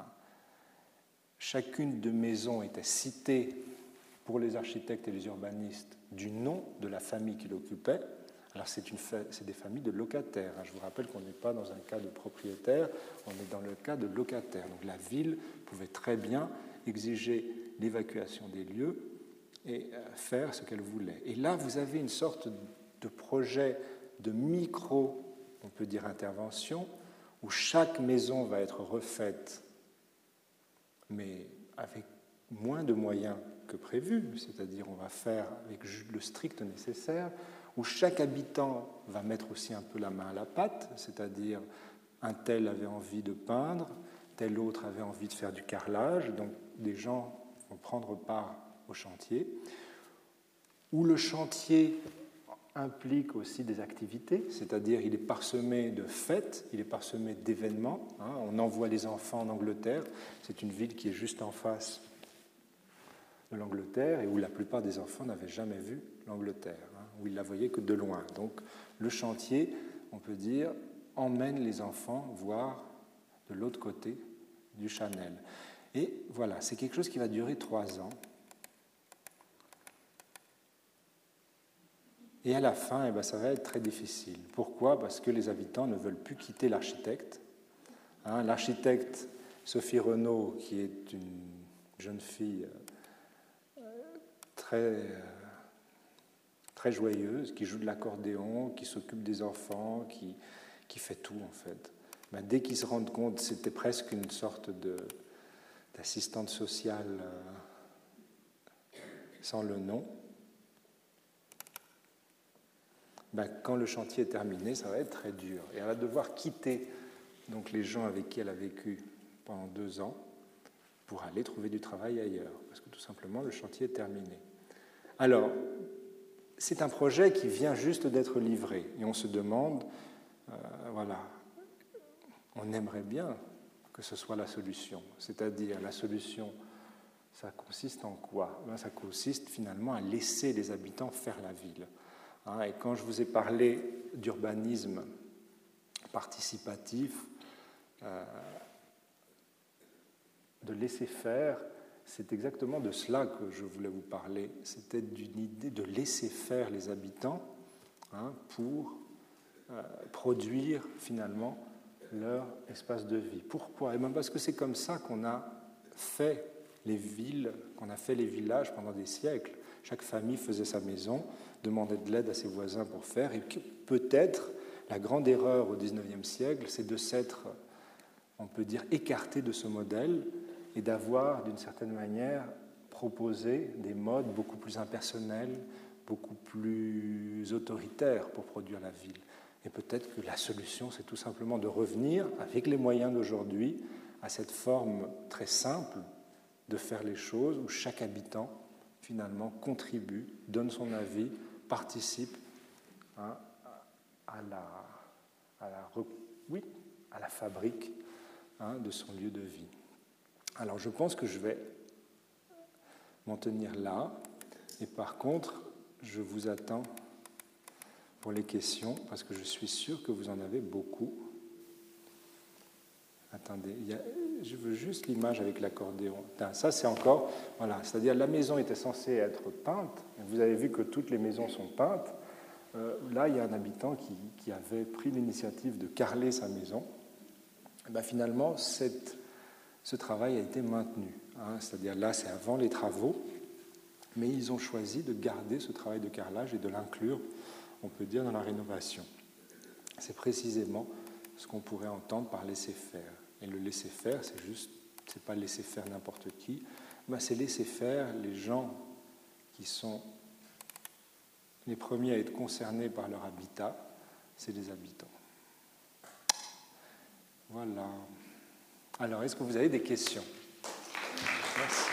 Chacune des maisons était citée pour les architectes et les urbanistes du nom de la famille qui l'occupait. Alors c'est des familles de locataires. Je vous rappelle qu'on n'est pas dans un cas de propriétaire, on est dans le cas de locataire. Donc la ville pouvait très bien exiger l'évacuation des lieux et faire ce qu'elle voulait. Et là, vous avez une sorte de projet de micro, on peut dire, intervention, où chaque maison va être refaite, mais avec moins de moyens que prévu, c'est-à-dire on va faire avec le strict nécessaire, où chaque habitant va mettre aussi un peu la main à la pâte, c'est-à-dire un tel avait envie de peindre, tel autre avait envie de faire du carrelage, donc des gens vont prendre part au chantier, où le chantier implique aussi des activités, c'est-à-dire il est parsemé de fêtes, il est parsemé d'événements. On envoie les enfants en Angleterre, c'est une ville qui est juste en face de l'Angleterre et où la plupart des enfants n'avaient jamais vu l'Angleterre, où ils la voyaient que de loin. Donc le chantier, on peut dire, emmène les enfants voir de l'autre côté du Channel. Et voilà, c'est quelque chose qui va durer 3 ans. Et à la fin, ça va être très difficile. Pourquoi? Parce que les habitants ne veulent plus quitter l'architecte. L'architecte Sophie Renaud, qui est une jeune fille très joyeuse, qui joue de l'accordéon, qui s'occupe des enfants, qui fait tout en fait. Dès qu'ils se rendent compte, c'était presque une sorte d'assistante sociale sans le nom. Quand le chantier est terminé, ça va être très dur. Et elle va devoir quitter donc, les gens avec qui elle a vécu pendant 2 ans pour aller trouver du travail ailleurs, parce que tout simplement, le chantier est terminé. Alors, c'est un projet qui vient juste d'être livré, et on se demande, on aimerait bien que ce soit la solution. C'est-à-dire, la solution, ça consiste en quoi? Ça consiste finalement à laisser les habitants faire la ville. Et quand je vous ai parlé d'urbanisme participatif, de laisser faire, c'est exactement de cela que je voulais vous parler. C'était d'une idée de laisser faire les habitants pour produire finalement leur espace de vie. Pourquoi ? Eh bien parce que c'est comme ça qu'on a fait les villes, qu'on a fait les villages pendant des siècles. Chaque famille faisait sa maison, demandait de l'aide à ses voisins pour faire, et peut-être la grande erreur au XIXe siècle, c'est de s'être, on peut dire, écarté de ce modèle et d'avoir, d'une certaine manière, proposé des modes beaucoup plus impersonnels, beaucoup plus autoritaires pour produire la ville. Et peut-être que la solution, c'est tout simplement de revenir, avec les moyens d'aujourd'hui, à cette forme très simple de faire les choses où chaque habitant, finalement, contribue, donne son avis, participe à la fabrique de son lieu de vie. Alors, je pense que je vais m'en tenir là. Et par contre, je vous attends pour les questions, parce que je suis sûr que vous en avez beaucoup. Attendez, je veux juste l'image avec l'accordéon. Ça, c'est encore, voilà, c'est-à-dire la maison était censée être peinte. Vous avez vu que toutes les maisons sont peintes. Là, il y a un habitant qui avait pris l'initiative de carreler sa maison. Et bien, finalement, ce travail a été maintenu. C'est-à-dire là, c'est avant les travaux, mais ils ont choisi de garder ce travail de carrelage et de l'inclure, on peut dire, dans la rénovation. C'est précisément ce qu'on pourrait entendre par laisser faire. Et le laisser faire, c'est pas laisser faire n'importe qui, mais c'est laisser faire les gens qui sont les premiers à être concernés par leur habitat, c'est les habitants. Voilà. Alors, est-ce que vous avez des questions ? Merci.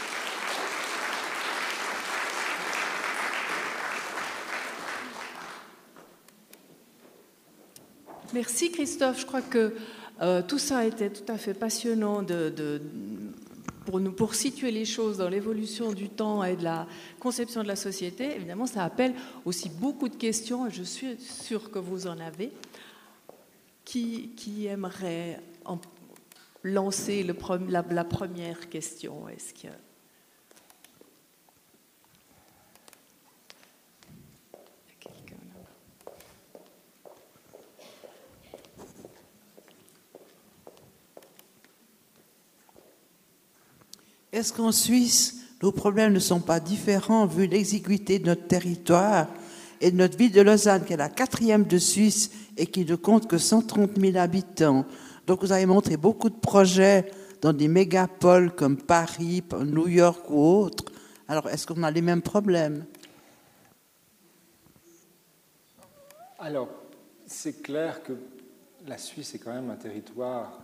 Merci Christophe, je crois que tout ça a été tout à fait passionnant pour situer les choses dans l'évolution du temps et de la conception de la société. Évidemment, ça appelle aussi beaucoup de questions, et je suis sûre que vous en avez. Qui aimerait lancer la première question ? Est-ce que... Est-ce qu'en Suisse, nos problèmes ne sont pas différents vu l'exiguïté de notre territoire et de notre ville de Lausanne, qui est la 4e de Suisse et qui ne compte que 130 000 habitants. Donc vous avez montré beaucoup de projets dans des mégapoles comme Paris, New York ou autres. Alors est-ce qu'on a les mêmes problèmes ? Alors, c'est clair que la Suisse est quand même un territoire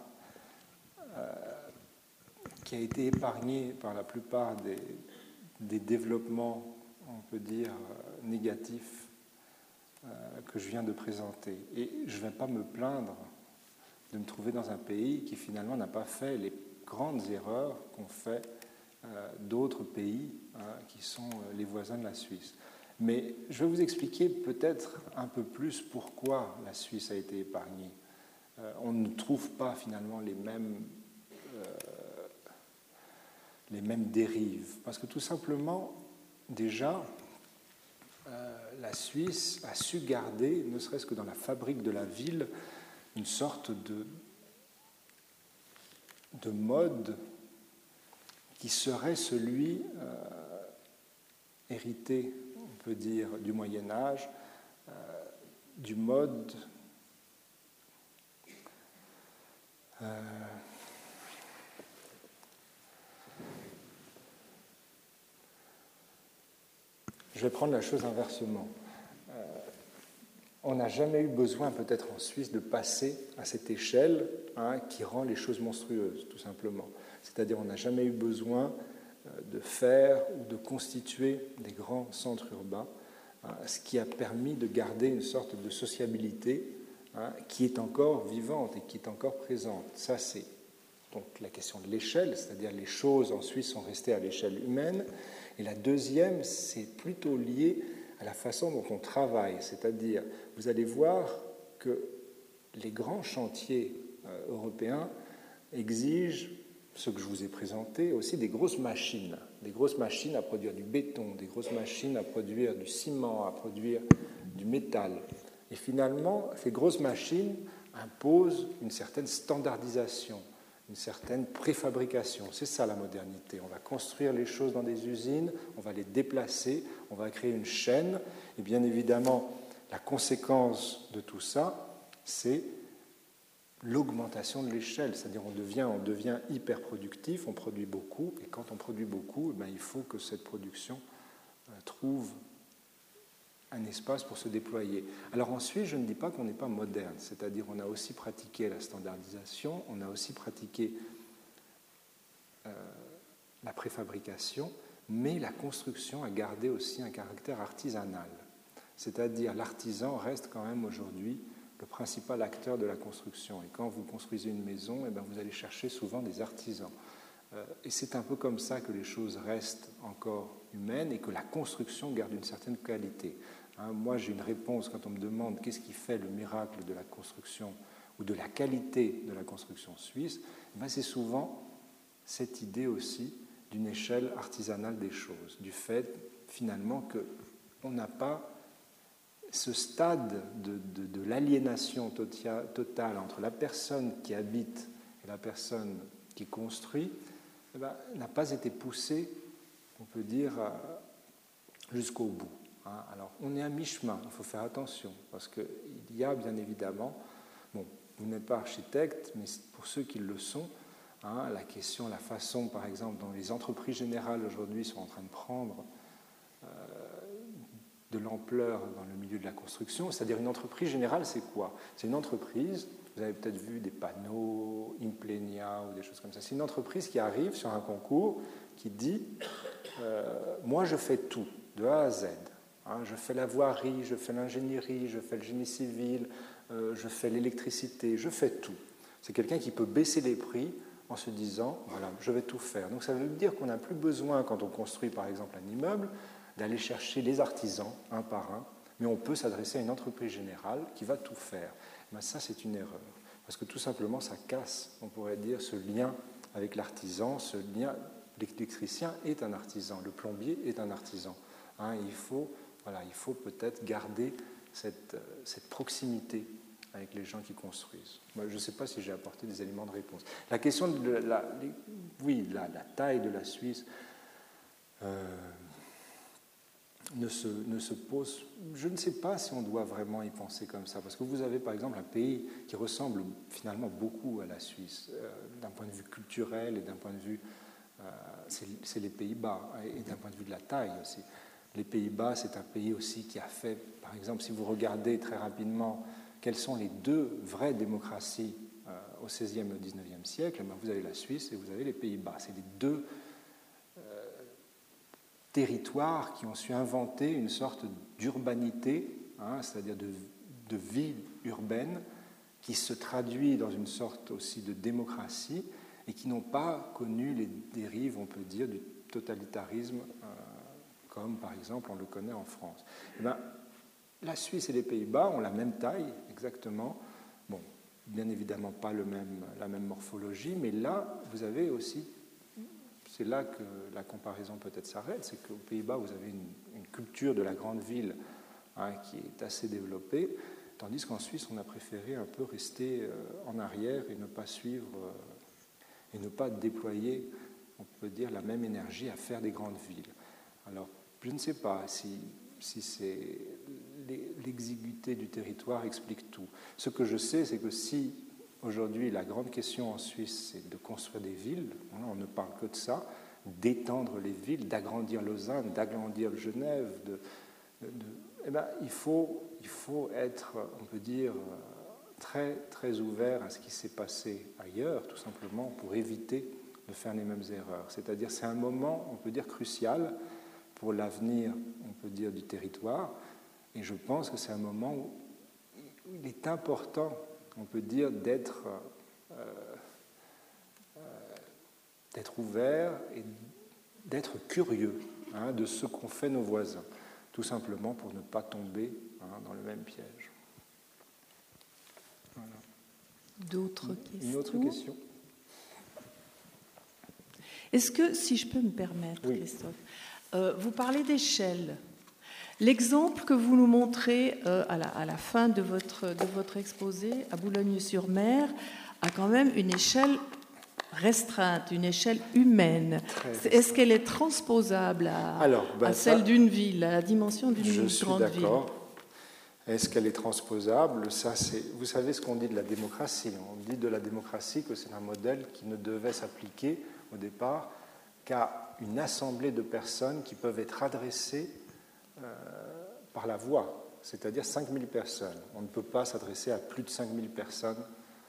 qui a été épargné par la plupart des développements, on peut dire, négatifs que je viens de présenter. Et je ne vais pas me plaindre de me trouver dans un pays qui finalement n'a pas fait les grandes erreurs qu'ont fait d'autres pays qui sont les voisins de la Suisse. Mais je vais vous expliquer peut-être un peu plus pourquoi la Suisse a été épargnée. On ne trouve pas finalement les mêmes dérives. Parce que tout simplement, déjà, la Suisse a su garder, ne serait-ce que dans la fabrique de la ville, une sorte de mode qui serait celui hérité, on peut dire, du Moyen-Âge, du mode je vais prendre la chose inversement. On n'a jamais eu besoin, peut-être en Suisse, de passer à cette échelle qui rend les choses monstrueuses, tout simplement. C'est-à-dire, on n'a jamais eu besoin de faire ou de constituer des grands centres urbains, ce qui a permis de garder une sorte de sociabilité qui est encore vivante et qui est encore présente. Ça, c'est donc la question de l'échelle, c'est-à-dire les choses en Suisse sont restées à l'échelle humaine. Et la deuxième, c'est plutôt lié à la façon dont on travaille. C'est-à-dire, vous allez voir que les grands chantiers européens exigent, ce que je vous ai présenté, aussi des grosses machines à produire du béton, des grosses machines à produire du ciment, à produire du métal. Et finalement, ces grosses machines imposent une certaine standardisation, une certaine préfabrication. C'est ça la modernité. On va construire les choses dans des usines, on va les déplacer, on va créer une chaîne. Et bien évidemment, la conséquence de tout ça, c'est l'augmentation de l'échelle, c'est-à-dire on devient hyper productif, on produit beaucoup, et quand on produit beaucoup, il faut que cette production trouve un espace pour se déployer. Alors ensuite, je ne dis pas qu'on n'est pas moderne, c'est-à-dire on a aussi pratiqué la standardisation, on a aussi pratiqué la préfabrication, mais la construction a gardé aussi un caractère artisanal. C'est-à-dire l'artisan reste quand même aujourd'hui le principal acteur de la construction. Et quand vous construisez une maison, vous allez chercher souvent des artisans. Et c'est un peu comme ça que les choses restent encore humaines et que la construction garde une certaine qualité. Moi, j'ai une réponse quand on me demande qu'est-ce qui fait le miracle de la construction ou de la qualité de la construction suisse. C'est souvent cette idée aussi d'une échelle artisanale des choses, du fait finalement qu'on n'a pas ce stade de l'aliénation totale entre la personne qui habite et la personne qui construit n'a pas été poussé, on peut dire, jusqu'au bout. Alors, on est à mi-chemin, il faut faire attention, parce qu'il y a bien évidemment, vous n'êtes pas architecte, mais pour ceux qui le sont, la question, la façon, par exemple, dont les entreprises générales aujourd'hui sont en train de prendre de l'ampleur dans le milieu de la construction, c'est-à-dire une entreprise générale, c'est quoi? C'est une entreprise, vous avez peut-être vu des panneaux, Implenia ou des choses comme ça, c'est une entreprise qui arrive sur un concours qui dit moi je fais tout, de A à Z. Je fais la voirie, je fais l'ingénierie, je fais le génie civil, je fais l'électricité, je fais tout. C'est quelqu'un qui peut baisser les prix en se disant, voilà, je vais tout faire. Donc ça veut dire qu'on n'a plus besoin, quand on construit par exemple un immeuble, d'aller chercher les artisans un par un, mais on peut s'adresser à une entreprise générale qui va tout faire. Ça, c'est une erreur, parce que tout simplement, ça casse, on pourrait dire, ce lien avec l'artisan, ce lien, l'électricien est un artisan, le plombier est un artisan. Il faut peut-être garder cette proximité avec les gens qui construisent. Moi, je ne sais pas si j'ai apporté des éléments de réponse. La question de la taille de la Suisse ne se pose. Je ne sais pas si on doit vraiment y penser comme ça, parce que vous avez par exemple un pays qui ressemble finalement beaucoup à la Suisse, d'un point de vue culturel et d'un point de vue, c'est les Pays-Bas, et d'un point de vue de la taille aussi. Les Pays-Bas, c'est un pays aussi qui a fait, par exemple, si vous regardez très rapidement quelles sont les deux vraies démocraties au XVIe et au XIXe siècle, vous avez la Suisse et vous avez les Pays-Bas. C'est les deux territoires qui ont su inventer une sorte d'urbanité, c'est-à-dire de vie urbaine, qui se traduit dans une sorte aussi de démocratie et qui n'ont pas connu les dérives, on peut dire, du totalitarisme, comme par exemple on le connaît en France. La Suisse et les Pays-Bas ont la même taille, exactement. Bon, bien évidemment pas la même morphologie, mais là, vous avez aussi, c'est là que la comparaison peut-être s'arrête, c'est qu'aux Pays-Bas, vous avez une culture de la grande ville qui est assez développée, tandis qu'en Suisse, on a préféré un peu rester en arrière et ne pas suivre et ne pas déployer, on peut dire, la même énergie à faire des grandes villes. Alors, je ne sais pas si c'est l'exiguïté du territoire explique tout. Ce que je sais, c'est que si aujourd'hui la grande question en Suisse, c'est de construire des villes, on ne parle que de ça, d'étendre les villes, d'agrandir Lausanne, d'agrandir Genève, il faut être, on peut dire, très, très ouvert à ce qui s'est passé ailleurs, tout simplement pour éviter de faire les mêmes erreurs. C'est-à-dire, c'est un moment, on peut dire, crucial pour l'avenir, on peut dire, du territoire. Et je pense que c'est un moment où il est important, on peut dire, d'être ouvert et d'être curieux de ce qu'ont fait nos voisins. tout simplement pour ne pas tomber dans le même piège. Voilà. D'autres questions? Une autre question? Est-ce que, si je peux me permettre, oui. Christophe, vous parlez d'échelle. L'exemple que vous nous montrez à la fin de votre exposé à Boulogne-sur-Mer a quand même une échelle restreinte, une échelle humaine. Est-ce qu'elle est transposable à celle d'une ville, à la dimension d'une grande ville? Je suis d'accord. Est-ce qu'elle est transposable? Ça, vous savez ce qu'on dit de la démocratie. On dit de la démocratie que c'est un modèle qui ne devait s'appliquer au départ qu'à une assemblée de personnes qui peuvent être adressées par la voix, c'est-à-dire 5000 personnes. On ne peut pas s'adresser à plus de 5000 personnes.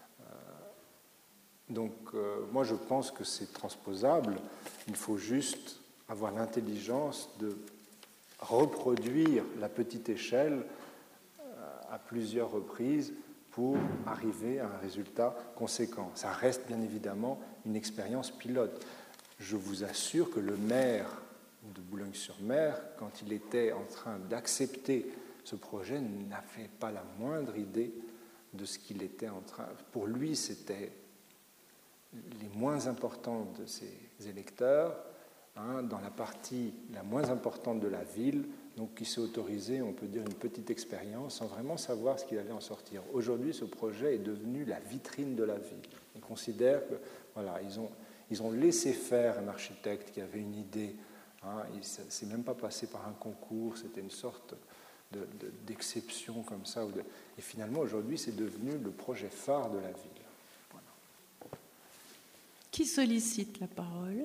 Donc, moi, je pense que c'est transposable. Il faut juste avoir l'intelligence de reproduire la petite échelle à plusieurs reprises pour arriver à un résultat conséquent. Ça reste bien évidemment une expérience pilote. Je vous assure que le maire de Boulogne-sur-Mer, quand il était en train d'accepter ce projet, n'avait pas la moindre idée de ce qu'il était en train. Pour lui, c'était les moins importants de ses électeurs, dans la partie la moins importante de la ville, donc qui s'est autorisé, on peut dire, une petite expérience sans vraiment savoir ce qu'il allait en sortir. Aujourd'hui, ce projet est devenu la vitrine de la ville. On considère que, voilà, ils ont laissé faire un architecte qui avait une idée. Il ne s'est même pas passé par un concours, c'était une sorte d'exception comme ça. Et finalement, aujourd'hui, c'est devenu le projet phare de la ville. Voilà. Qui sollicite la parole?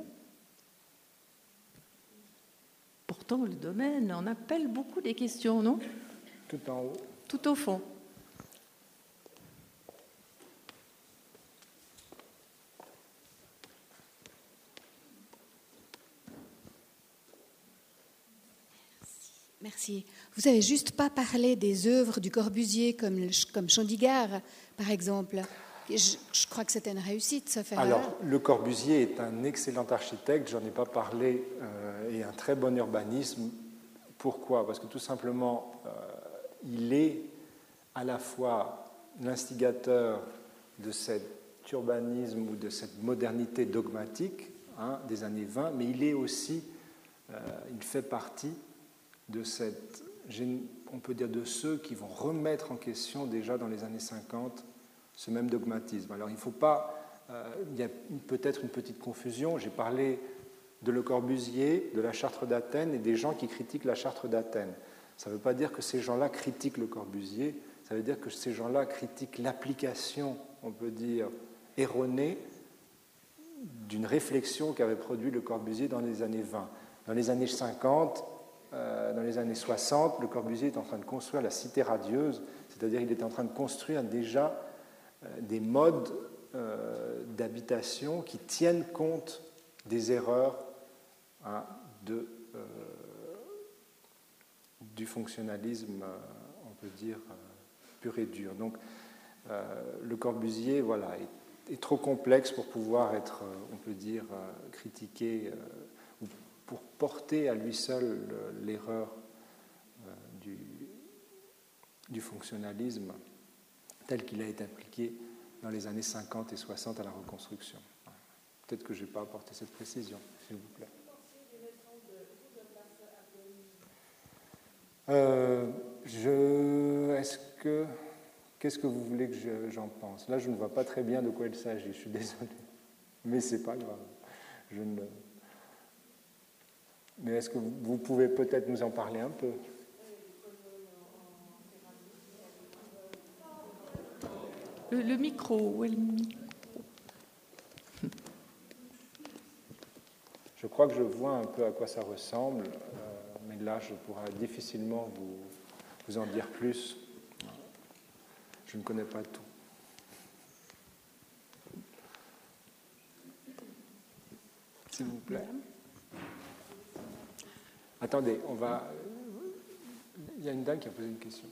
Pourtant, le domaine en appelle beaucoup des questions, non? Tout en haut. Tout au fond. Merci. Vous n'avez juste pas parlé des œuvres du Corbusier comme Chandigarh, par exemple. Je crois que c'était une réussite, ça fait. Alors, Le Corbusier est un excellent architecte, j'en ai pas parlé, et un très bon urbanisme. Pourquoi? Parce que tout simplement, il est à la fois l'instigateur de cet urbanisme ou de cette modernité dogmatique des années 20, mais il est aussi, il fait partie de cette, on peut dire, de ceux qui vont remettre en question déjà dans les années 50 ce même dogmatisme. Alors il ne faut pas, il y a peut-être une petite confusion, j'ai parlé de Le Corbusier, de la Charte d'Athènes et des gens qui critiquent la Charte d'Athènes. Ça ne veut pas dire que ces gens-là critiquent Le Corbusier, ça veut dire que ces gens-là critiquent l'application, on peut dire, erronée d'une réflexion qu'avait produit Le Corbusier dans les années 20. Dans les années 50, dans les années 60, Le Corbusier est en train de construire la cité radieuse, c'est-à-dire qu'il est en train de construire déjà des modes d'habitation qui tiennent compte des erreurs du fonctionnalisme, on peut dire, pur et dur. Donc, Le Corbusier, voilà, est trop complexe pour pouvoir être, on peut dire, critiqué, ou pour porter à lui seul l'erreur du fonctionnalisme tel qu'il a été appliqué dans les années 50 et 60 à la reconstruction. Peut-être que je n'ai pas apporté cette précision, s'il vous plaît. Qu'est-ce que vous voulez que j'en pense? Là, je ne vois pas très bien de quoi il s'agit, je suis désolé. Mais ce n'est pas grave. Mais est-ce que vous pouvez peut-être nous en parler un peu? Le micro, où est le micro? Je crois que je vois un peu à quoi ça ressemble, mais là, je pourrais difficilement vous en dire plus. Je ne connais pas tout. S'il vous plaît. Attendez, on va... Il y a une dame qui a posé une question.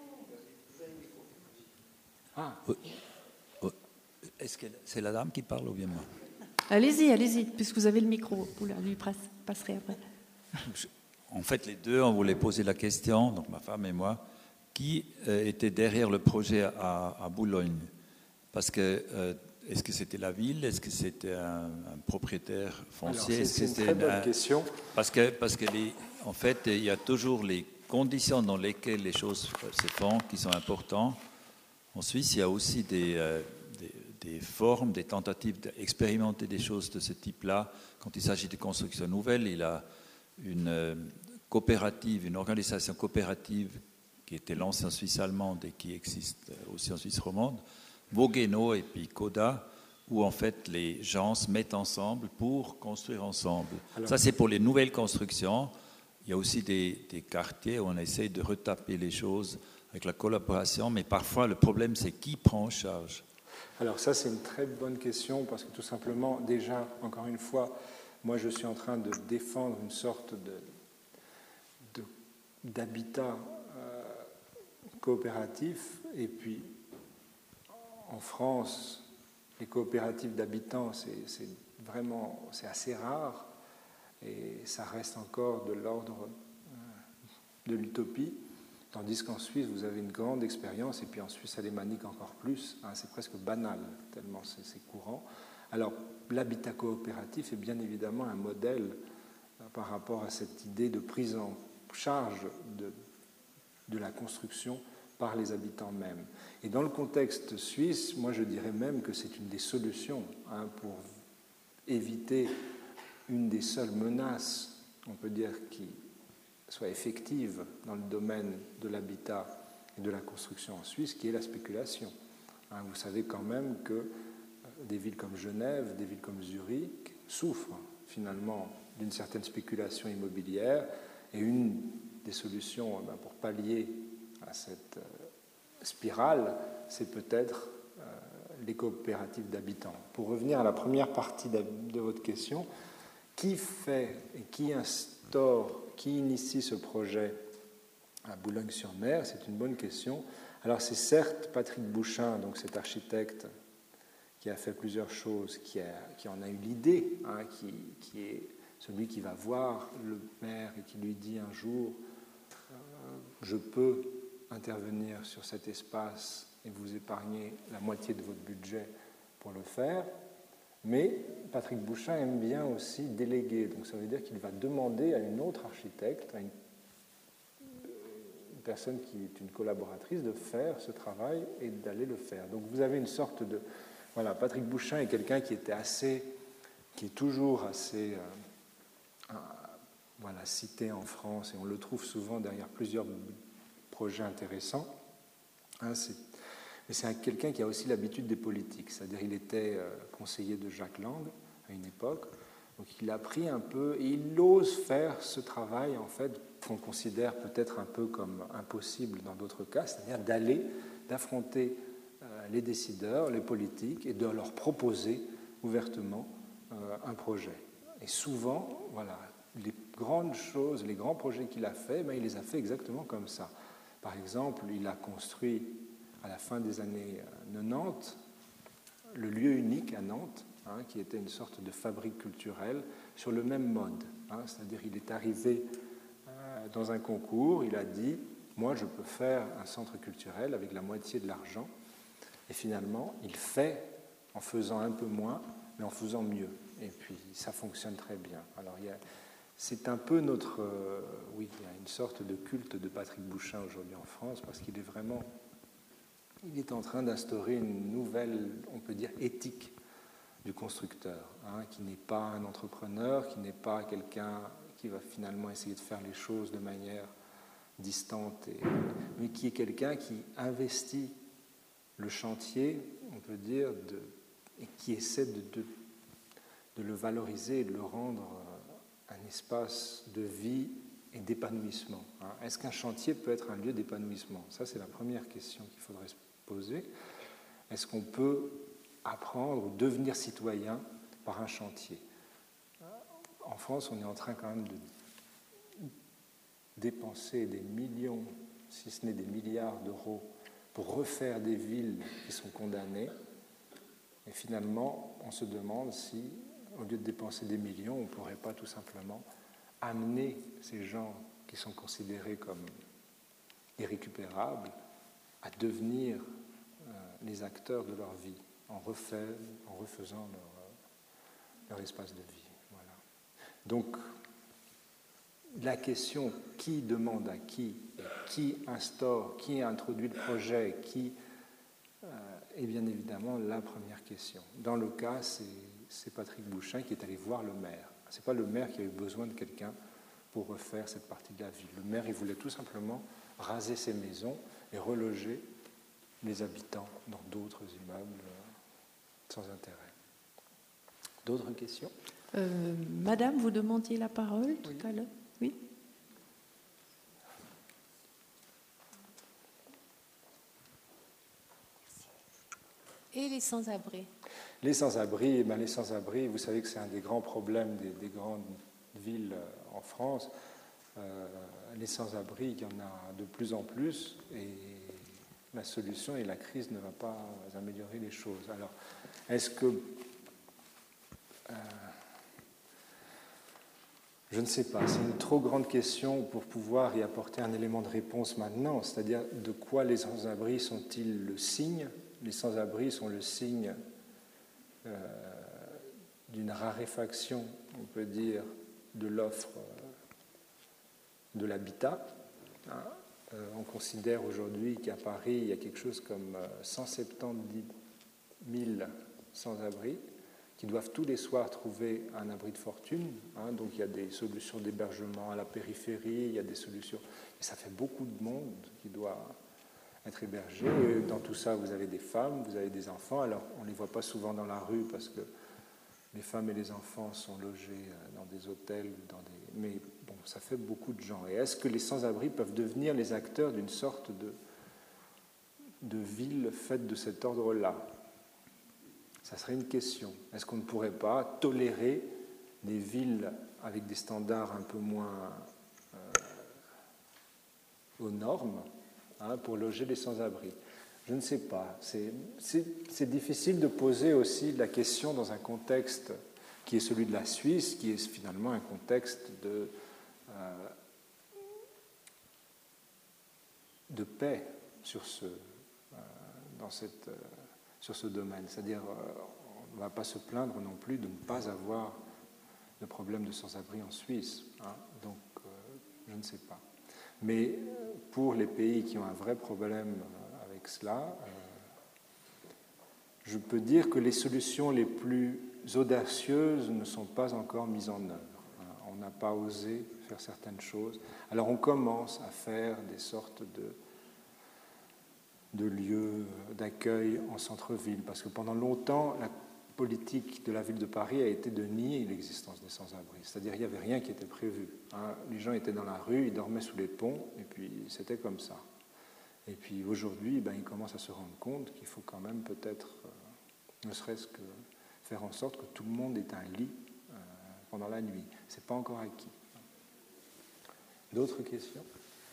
Ah. Est-ce que c'est la dame qui parle ou bien moi? Allez-y, puisque vous avez le micro. Vous lui passerez après. en fait, les deux, on voulait poser la question, donc ma femme et moi, qui était derrière le projet à Boulogne? Parce que est-ce que c'était la ville? Est-ce que c'était un propriétaire foncier? Alors, c'est une très bonne question. Parce que en fait, il y a toujours les conditions dans lesquelles les choses se font qui sont importantes. En Suisse, il y a aussi des formes, des tentatives d'expérimenter des choses de ce type-là. Quand il s'agit de construction nouvelle, il y a une coopérative, une organisation coopérative qui était lancée en Suisse allemande et qui existe aussi en Suisse romande, Vogeno et puis Coda, où en fait les gens se mettent ensemble pour construire ensemble. Alors, ça, c'est pour les nouvelles constructions. Il y a aussi des quartiers où on essaye de retaper les choses avec la collaboration, mais parfois le problème, c'est qui prend en charge. Alors ça, c'est une très bonne question, parce que tout simplement, déjà, encore une fois, moi je suis en train de défendre une sorte d'habitat coopératif, et puis en France, les coopératives d'habitants, c'est assez rare, et ça reste encore de l'ordre de l'utopie, tandis qu'en Suisse, vous avez une grande expérience, et puis en Suisse, ça les manique encore plus, c'est presque banal, tellement c'est courant. Alors, l'habitat coopératif est bien évidemment un modèle par rapport à cette idée de prise en charge de la construction par les habitants mêmes. Et dans le contexte suisse, moi je dirais même que c'est une des solutions pour éviter une des seules menaces, on peut dire, qui soit effective dans le domaine de l'habitat et de la construction en Suisse, qui est la spéculation. Vous savez quand même que des villes comme Genève, des villes comme Zurich souffrent finalement d'une certaine spéculation immobilière, et une des solutions pour pallier à cette spirale, c'est peut-être les coopératives d'habitants. Pour revenir à la première partie de votre question, qui fait et qui instaure, qui initie ce projet à Boulogne-sur-Mer? C'est une bonne question. Alors c'est certes Patrick Bouchain, donc cet architecte qui a fait plusieurs choses, qui en a eu l'idée, qui est celui qui va voir le maire et qui lui dit un jour je peux intervenir sur cet espace et vous épargner la moitié de votre budget pour le faire. Mais Patrick Bouchain aime bien aussi déléguer, donc ça veut dire qu'il va demander à une autre architecte, à une personne qui est une collaboratrice, de faire ce travail et d'aller le faire. Donc vous avez une sorte de... Voilà, Patrick Bouchain est quelqu'un qui est toujours assez cité en France, et on le trouve souvent derrière plusieurs projets intéressants. Mais c'est quelqu'un qui a aussi l'habitude des politiques, c'est-à-dire il était conseiller de Jacques Lang à une époque, donc il a pris un peu, et il ose faire ce travail en fait qu'on considère peut-être un peu comme impossible dans d'autres cas, c'est-à-dire d'affronter les décideurs, les politiques, et de leur proposer ouvertement un projet. Et souvent, voilà, les grandes choses, les grands projets qu'il a faits, il les a fait exactement comme ça. Par exemple, il a construit à la fin des années 90 le lieu unique à Nantes, qui était une sorte de fabrique culturelle sur le même mode. C'est-à-dire il est arrivé dans un concours, il a dit « moi je peux faire un centre culturel avec la moitié de l'argent ». Et finalement, il fait en faisant un peu moins, mais en faisant mieux. Et puis ça fonctionne très bien. Alors c'est un peu notre... il y a une sorte de culte de Patrick Bouchain aujourd'hui en France, parce qu'il est en train d'instaurer une nouvelle, on peut dire, éthique du constructeur, qui n'est pas un entrepreneur, qui n'est pas quelqu'un qui va finalement essayer de faire les choses de manière distante, mais qui est quelqu'un qui investit le chantier, on peut dire, et qui essaie de le valoriser et de le rendre un espace de vie et d'épanouissement. Est-ce qu'un chantier peut être un lieu d'épanouissement? Ça, c'est la première question qu'il faudrait se poser. Est-ce qu'on peut apprendre ou devenir citoyen par un chantier? En France, on est en train quand même de dépenser des millions, si ce n'est des milliards d'euros, pour refaire des villes qui sont condamnées. Et finalement, on se demande si, au lieu de dépenser des millions, on ne pourrait pas tout simplement amener ces gens qui sont considérés comme irrécupérables à devenir les acteurs de leur vie en refaisant leur espace de vie. Voilà. Donc, la question qui demande à qui instaure, qui introduit le projet, qui est bien évidemment la première question. Dans le cas, c'est Patrick Bouchain qui est allé voir le maire. Ce n'est pas le maire qui a eu besoin de quelqu'un pour refaire cette partie de la ville. Le maire, il voulait tout simplement raser ses maisons et reloger les habitants dans d'autres immeubles sans intérêt. D'autres questions ? Madame, vous demandiez la parole tout à l'heure ? Oui. Et les sans-abri ? Les sans-abri, les sans-abri, vous savez que c'est un des grands problèmes des grandes villes en France. Les sans-abri, il y en a de plus en plus et la solution et la crise ne va pas améliorer les choses. Alors, est-ce que... je ne sais pas, c'est une trop grande question pour pouvoir y apporter un élément de réponse maintenant, c'est-à-dire de quoi les sans-abri sont-ils le signe ? Les sans-abri sont le signe d'une raréfaction, on peut dire, de l'offre de l'habitat. On considère aujourd'hui qu'à Paris, il y a quelque chose comme 170 000 sans-abri qui doivent tous les soirs trouver un abri de fortune. Donc il y a des solutions d'hébergement à la périphérie, il y a des solutions... Et ça fait beaucoup de monde qui doit être hébergé. Et dans tout ça, vous avez des femmes, vous avez des enfants. Alors, on ne les voit pas souvent dans la rue parce que les femmes et les enfants sont logés dans des hôtels, mais bon, ça fait beaucoup de gens. Et est-ce que les sans-abri peuvent devenir les acteurs d'une sorte de ville faite de cet ordre-là ? Ça serait une question. Est-ce qu'on ne pourrait pas tolérer des villes avec des standards un peu moins aux normes pour loger les sans-abri ? Je ne sais pas. C'est difficile de poser aussi la question dans un contexte qui est celui de la Suisse, qui est finalement un contexte de paix sur ce domaine. C'est-à-dire, on ne va pas se plaindre non plus de ne pas avoir de problème de sans-abri en Suisse. Donc, je ne sais pas. Mais pour les pays qui ont un vrai problème avec cela, je peux dire que les solutions les plus audacieuses ne sont pas encore mises en œuvre. On n'a pas osé faire certaines choses. Alors on commence à faire des sortes de lieux d'accueil en centre-ville, parce que pendant longtemps, la politique de la ville de Paris a été de nier l'existence des sans-abri. C'est-à-dire qu'il n'y avait rien qui était prévu. Les gens étaient dans la rue, ils dormaient sous les ponts, et puis c'était comme ça. Et puis aujourd'hui, ils commencent à se rendre compte qu'il faut quand même peut-être, ne serait-ce que faire en sorte que tout le monde ait un lit pendant la nuit. Ce n'est pas encore acquis. D'autres questions ?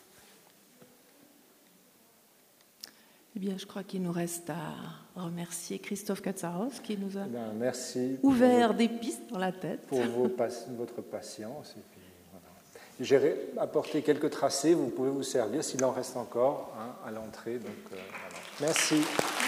Eh bien, je crois qu'il nous reste à remercier Christophe Katsaros qui nous a merci ouvert des pistes dans la tête. Pour votre patience. Et puis, voilà. J'ai apporté quelques tracés, vous pouvez vous servir s'il en reste encore à l'entrée. Donc, voilà. Merci.